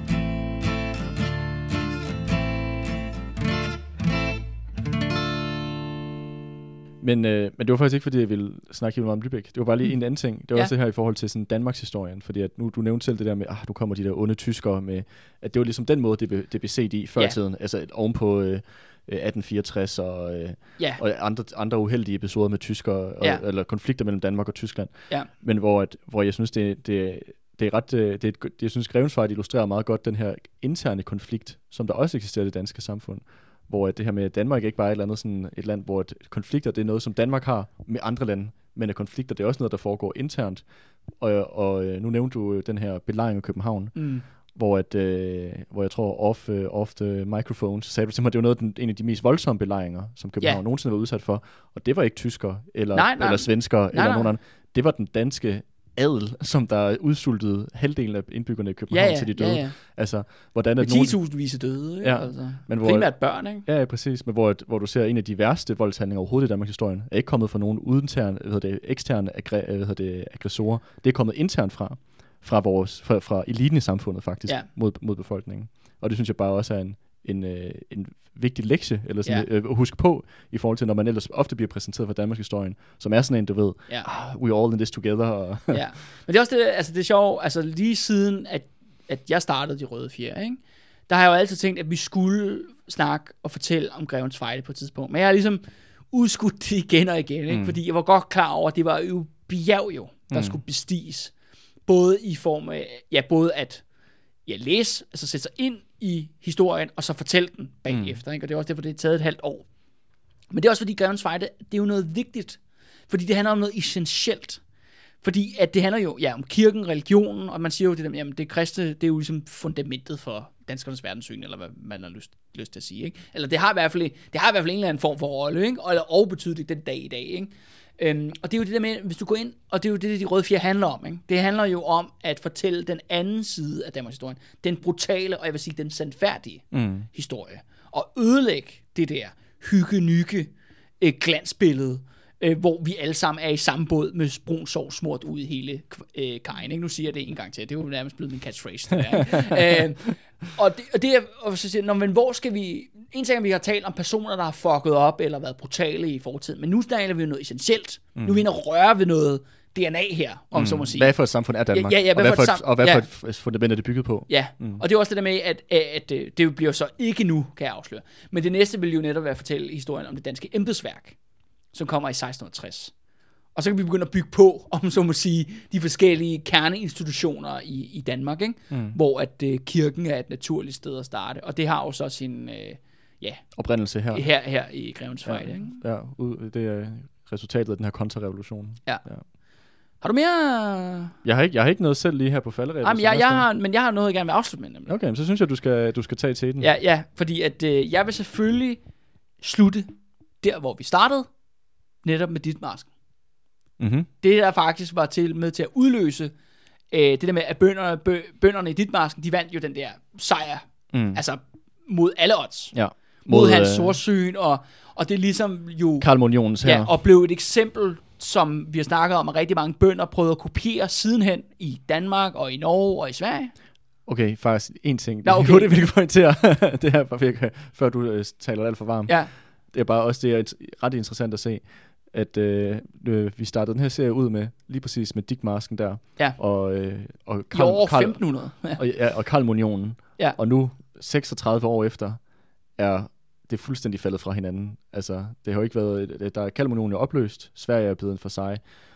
Speaker 2: Men, øh, men det var faktisk ikke, fordi jeg ville snakke helt meget om Lübeck. Det var bare lige mm. en anden ting. Det var ja. også det her i forhold til sådan Danmarks historien. Fordi at nu, du nævnte selv det der med, ah, nu kommer de der onde tyskere med, at det var ligesom den måde, det blev, det blev set i før ja. tiden. Altså ovenpå øh, atten fireogtres og, øh, ja. og andre, andre uheldige episoder med tyskere, og, ja. eller konflikter mellem Danmark og Tyskland. Ja. Men hvor, at, hvor jeg synes, det, det, det er ret, det er et, jeg synes, Grevensvejt illustrerer meget godt den her interne konflikt, som der også eksisterer i det danske samfund. Hvor det her med Danmark ikke bare er et eller andet sådan et land, hvor konflikter, det er noget, som Danmark har med andre lande, men at konflikter, det er også noget, der foregår internt. Og, og nu nævnte du den her belejring af København, mm. hvor, at, øh, hvor jeg tror, off, uh, off the microphone, så sagde du simpelthen, det var noget, den, en af de mest voldsomme belejringer, som København yeah. nogensinde var udsat for. Og det var ikke tyskere, eller, nej, nej. eller svenskere, nej, eller nej. nogen anden. Det var den danske adel, som der udsultede halvdelen af indbyggerne i København ja, ja, til de døde. Ja, ja. Altså, hvordan
Speaker 1: med ti tusind vise døde, ikke? Ja, altså, men hvor, primært børn, ikke?
Speaker 2: Ja, præcis. Men hvor, hvor du ser en af de værste voldshandlinger overhovedet i Danmarks historie, er ikke kommet fra nogen udinterne, hvad hedder det, eksterne aggre, hvad hedder det, aggressorer. Det er kommet internt fra, fra, vores, fra, fra eliten i samfundet faktisk, ja. mod, mod befolkningen. Og det synes jeg bare også er en, en, en, en vigtig lektie, eller sådan ja. øh, at huske på, i forhold til, når man ellers ofte bliver præsenteret for Danmarks historien, som er sådan en, du ved, ja. ah, we're all in this together. Og
Speaker 1: ja, men det er også det, altså det er sjovt, altså lige siden, at, at jeg startede De Røde Fjer, ikke? Der har jeg jo altid tænkt, at vi skulle snakke og fortælle om Grevens Fejde på et tidspunkt, men jeg har ligesom udskudt det igen og igen, ikke? Mm. Fordi jeg var godt klar over, at det var jo bjerg jo, der mm. skulle bestiges, både i form af, ja, både at ja, læse, altså sætte sig ind i historien, og så fortælle den bagefter. Mm. Ikke? Og det er også derfor, det er taget et halvt år. Men det er også fordi, Grevens Fejde, det er jo noget vigtigt. Fordi det handler om noget essentielt. Fordi at det handler jo ja, om kirken, religionen, og man siger jo det der, jamen det kristne, det er jo ligesom fundamentet for danskernes verdenssyn, eller hvad man har lyst, lyst til at sige. Ikke? Eller det har i hvert fald, det har i hvert fald en eller anden form for rolle, ikke? Og, og betydeligt den dag i dag, ikke? Øhm, og det er jo det der med, hvis du går ind, og det er jo det, De Røde Fjer handler om, ikke? Det handler jo om at fortælle den anden side af Danmarks historien, den brutale, og jeg vil sige, den sandfærdige mm. historie, og ødelægge det der hygge-nykke øh, glansbillede, øh, hvor vi alle sammen er i samme båd med brun sovs smurt ud i hele øh, kajen, ikke? Nu siger jeg det en gang til, det er jo nærmest blevet min catchphrase, det der, øh, og det, og det er, og så siger, nå, men hvor skal vi, en ting er, vi har talt om personer, der har fucket op, eller været brutale i fortiden, men nu snakker vi jo noget essentielt. Mm. Nu er vi inde og røre ved noget D N A her, om mm. så må sige.
Speaker 2: Hvad for et samfund er Danmark?
Speaker 1: Ja, ja,
Speaker 2: hvad og, hvad for et,
Speaker 1: et,
Speaker 2: og hvad ja. for et fundament er det bygget på?
Speaker 1: Ja, mm. og det er også det der med, at, at, at, at det bliver så ikke nu, kan jeg afsløre. Men det næste vil jo netop være at fortælle historien om det danske embedsværk, som kommer i seksten tres. Og så kan vi begynde at bygge på, om så må sige, de forskellige kerneinstitutioner i, i Danmark, ikke? Mm. Hvor at uh, kirken er et naturligt sted at starte. Og det har jo så sin uh, ja,
Speaker 2: oprindelse her.
Speaker 1: her her i Grevens Fejde.
Speaker 2: Ja,
Speaker 1: ikke?
Speaker 2: ja, det er resultatet af den her kontrarevolution.
Speaker 1: Ja. ja. Har du mere?
Speaker 2: Jeg har ikke, jeg har ikke noget selv lige her på falderæbet.
Speaker 1: Jamen, jeg, jeg har, men jeg har noget, jeg gerne vil afslutte med. Nemlig.
Speaker 2: Okay, så synes jeg, du skal, du skal tage til den.
Speaker 1: Ja, ja, fordi at, uh, jeg vil selvfølgelig slutte der, hvor vi startede, netop med Ditmarsken. Mm-hmm. Det der faktisk var til med til at udløse øh, det der med at bønderne, bø, bønderne i Ditmarsken, de vandt jo den der sejr, mm. altså mod alle odds,
Speaker 2: ja.
Speaker 1: mod, mod hans sortsyn, og, og det er ligesom jo
Speaker 2: Karl
Speaker 1: ja, og blev et eksempel, som vi har snakket om, at rigtig mange bønder prøvede at kopiere sidenhen i Danmark og i Norge og i Sverige.
Speaker 2: Okay, faktisk en ting.
Speaker 1: Nå, okay.
Speaker 2: Det vil jeg pointere det her, før, før du øh, taler alt for varmt.
Speaker 1: Ja.
Speaker 2: Det er bare også det er ret interessant at se, at øh, vi startede den her serie ud med, lige præcis med Ditmarsken der,
Speaker 1: ja.
Speaker 2: og, øh, og
Speaker 1: Karl, I år femten hundrede.
Speaker 2: Ja. Og, ja, og Kalmarunionen.
Speaker 1: Ja.
Speaker 2: Og nu, seksogtredive år efter, er det fuldstændig faldet fra hinanden. Altså, det har jo ikke været, der er Kalmarunionen er opløst, Sverige er blevet for sig,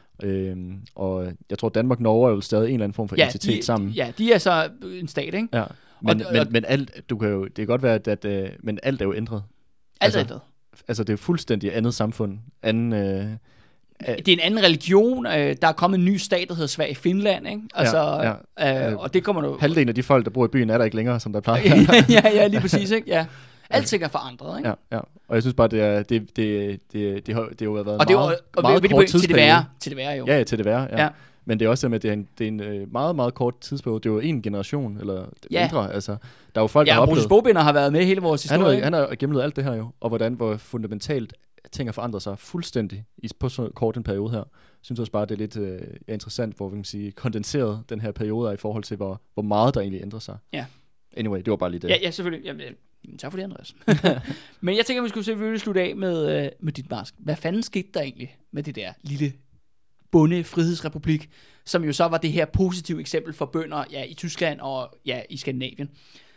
Speaker 2: øhm, og jeg tror, Danmark og Norge er jo stadig en eller anden form for
Speaker 1: ja,
Speaker 2: entitet
Speaker 1: de,
Speaker 2: sammen.
Speaker 1: Ja, de er så en stat, ikke?
Speaker 2: Ja. Men, og, men, og, men alt, du kan jo, det kan godt være, at, at øh, men alt er jo ændret.
Speaker 1: Alt altså, er ændret.
Speaker 2: Altså, det er fuldstændig andet samfund, anden, øh,
Speaker 1: det er en anden religion. Øh, der er kommet en ny stat, der hedder Sverige Finland, ikke? Altså,
Speaker 2: ja, ja.
Speaker 1: Øh, og det kommer nu...
Speaker 2: Halvdelen af de folk, der bor i byen, er der ikke længere, som der plejer.
Speaker 1: ja, ja, lige præcis, ikke? Ja. Alt sikkert forandret, ikke?
Speaker 2: Ja, ja. Og jeg synes bare, det er det det det det har det har jo været
Speaker 1: og
Speaker 2: meget,
Speaker 1: det var, og
Speaker 2: meget
Speaker 1: ved,
Speaker 2: kort
Speaker 1: til det værre, til det værre jo.
Speaker 2: Ja, ja, til det værre, ja.
Speaker 1: ja.
Speaker 2: Men det er også med, at det er en, det er en øh, meget, meget kort tidsperiode. Det er jo en generation, eller
Speaker 1: ja.
Speaker 2: mindre. Altså, der er jo folk,
Speaker 1: ja,
Speaker 2: der har oplevet...
Speaker 1: Ja, Bruce Bogbinder har været med i hele vores historie.
Speaker 2: Han har, han har gennemlevet alt det her jo, og hvordan hvor fundamentalt ting har forandret sig fuldstændig i, på så kort en periode her. Jeg synes også bare, det er lidt øh, interessant, hvor vi kan sige, kondenseret den her periode er i forhold til, hvor, hvor meget der egentlig ændrer sig.
Speaker 1: Ja.
Speaker 2: Anyway, det var bare lige det.
Speaker 1: Ja, ja selvfølgelig. Jamen, tak for det, Andreas. Men jeg tænker, vi skulle selvfølgelig slutte af med, øh, med dit mask. Hvad fanden skete der egentlig med det der lille bonde frihedsrepublik, som jo så var det her positive eksempel for bønder ja, i Tyskland og ja, i Skandinavien.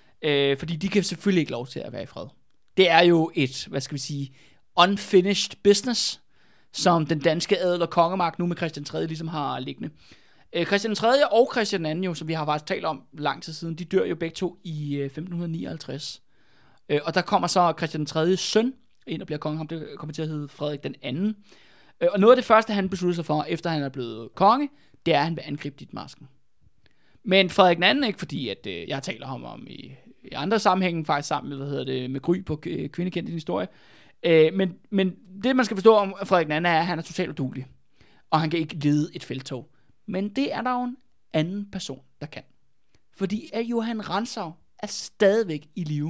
Speaker 1: Øh, fordi de kan selvfølgelig ikke lov til at være i fred. Det er jo et, hvad skal vi sige, unfinished business, som den danske adel og kongemagt nu med Christian den tredje ligesom har liggende. Øh, Christian den tredje og Christian den anden jo, som vi har faktisk talt om lang tid siden, de dør jo begge to i øh, femten nioghalvtreds. Øh, og der kommer så Christian den tredje søn ind og bliver konge, ham det kommer til at hedde Frederik den anden. Øh, og noget af det første, han beslutter sig for, efter han er blevet konge, det er, at han vil angribe Ditmarsken. Men Frederik den anden, ikke fordi, at øh, jeg taler ham om i, i andre sammenhænge, faktisk sammen med, hvad hedder det, med Gry på øh, Kvindekendt i historie. Øh, men, men det, man skal forstå om Frederik den anden, er, at han er totalt uduelig. Og han kan ikke lede et felttog. Men det er der jo en anden person, der kan. Fordi at Johan Rantzau er stadigvæk i live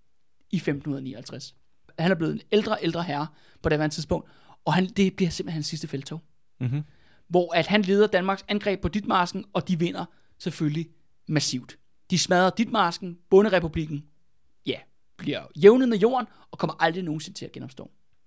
Speaker 1: i femten nioghalvtreds. Han er blevet en ældre, ældre herre på det andet tidspunkt, og han, det bliver simpelthen hans sidste felttog. Mm-hmm. Hvor at han leder Danmarks angreb på Ditmarsken, og de vinder selvfølgelig massivt. De smadrer Ditmarsken, bonderepublikken, ja, bliver jævnet med jorden, og kommer aldrig nogensinde til at genopstå.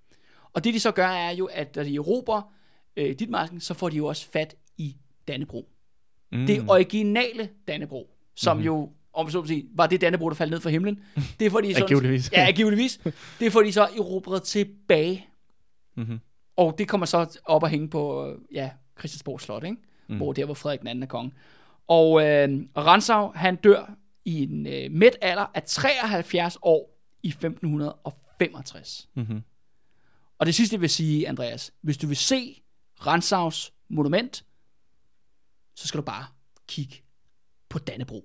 Speaker 1: Og det de så gør, er jo, at når de erobrer øh, Ditmarsken, så får de jo også fat i Dannebrog. Mm. Det originale Dannebrog, som mm-hmm. jo, om så at sige, var det Dannebrog, der faldt ned fra himlen. Det får de så,
Speaker 2: angiveligvis.
Speaker 1: Ja, angiveligvis. Det får de så erobret tilbage. Mm-hmm. Og det kommer så op at hænge på, ja, Christiansborg Slot, ikke? Mm. Hvor der, hvor Frederik den anden er konge. Og øh, Rantzau, han dør i en øh, midt alder af treoghalvfjerds år i femten femogtres. Mm-hmm. Og det sidste, jeg vil sige, Andreas, hvis du vil se Rantzaus monument, så skal du bare kigge på Dannebrog.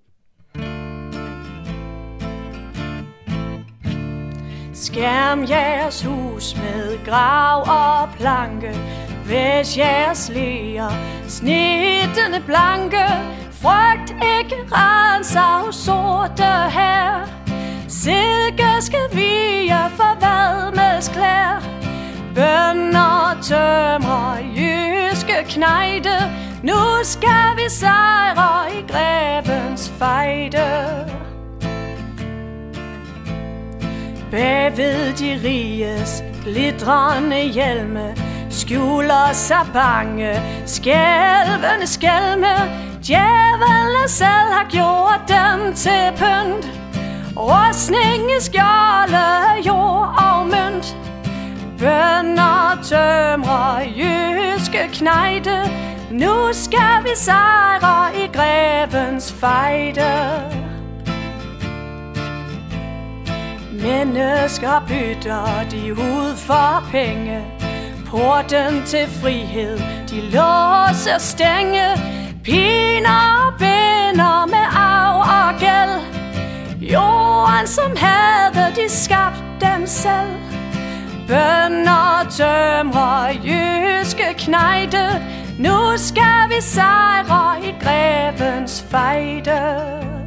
Speaker 3: Skærm jeres hus med grav og planke, væs jeres ler, snittende blanke, frygt ikke Rantzaus sorte her. Silke skal vige for vadmelsklær, bønder tømrer jyske knejde, nu skal vi sejre i grevens fejde. Bagved de riges glitrende hjelme skjuler sig bange, skælvende skælme. Djævelen selv har gjort dem til pynt, rustning i skjolde, jord og mønt. Bønder tømrer jyske knejde, nu skal vi sejre i grevens fejde. Mennesker bytter de ud for penge, porten til frihed de låser stænge. Piner og binder med arv og gæld, jorden som havde de skabt dem selv. Bønder tømrer jyske knejde, nu skal vi sejre i grevens fejde.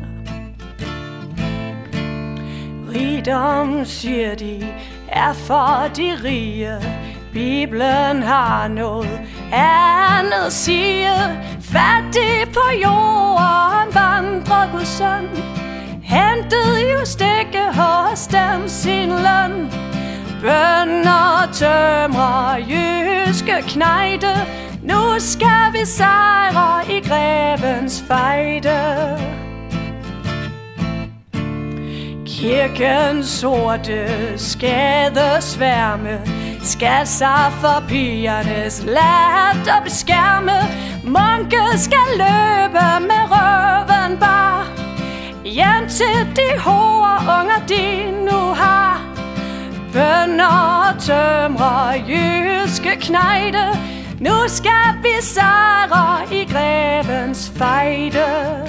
Speaker 3: Rigdom, siger de, er for de rige. Bibelen har noget andet sige. Fattig på jorden vandrer Guds søn, hentede jo stikke hos dem sin løn. Bønder tømrer jyske knejde, nu skal vi sejre i grevens fejde. Kirkens sorte skadesværme skal sig for pigernes latter beskærme. Munke skal løbe med røven bar hjem til de hårde unger de nu har. Bønder tømrer jyske knejde, Nu skal vi sejre i grevens fejde.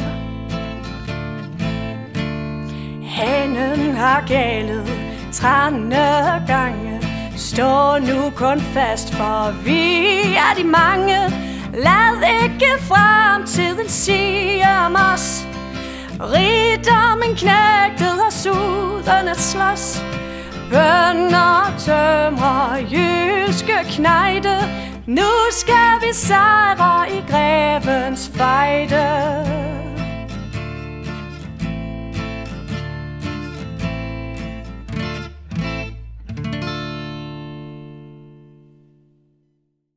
Speaker 3: Hanen har galet trannegange. Stå nu kun fast, for vi er de mange. Lad ikke fremtiden sige om os. Rigdommen knægtet os uden at slås. Bønder, tømrer, jyske knejde. Nu skal vi sejre i grevens fejde.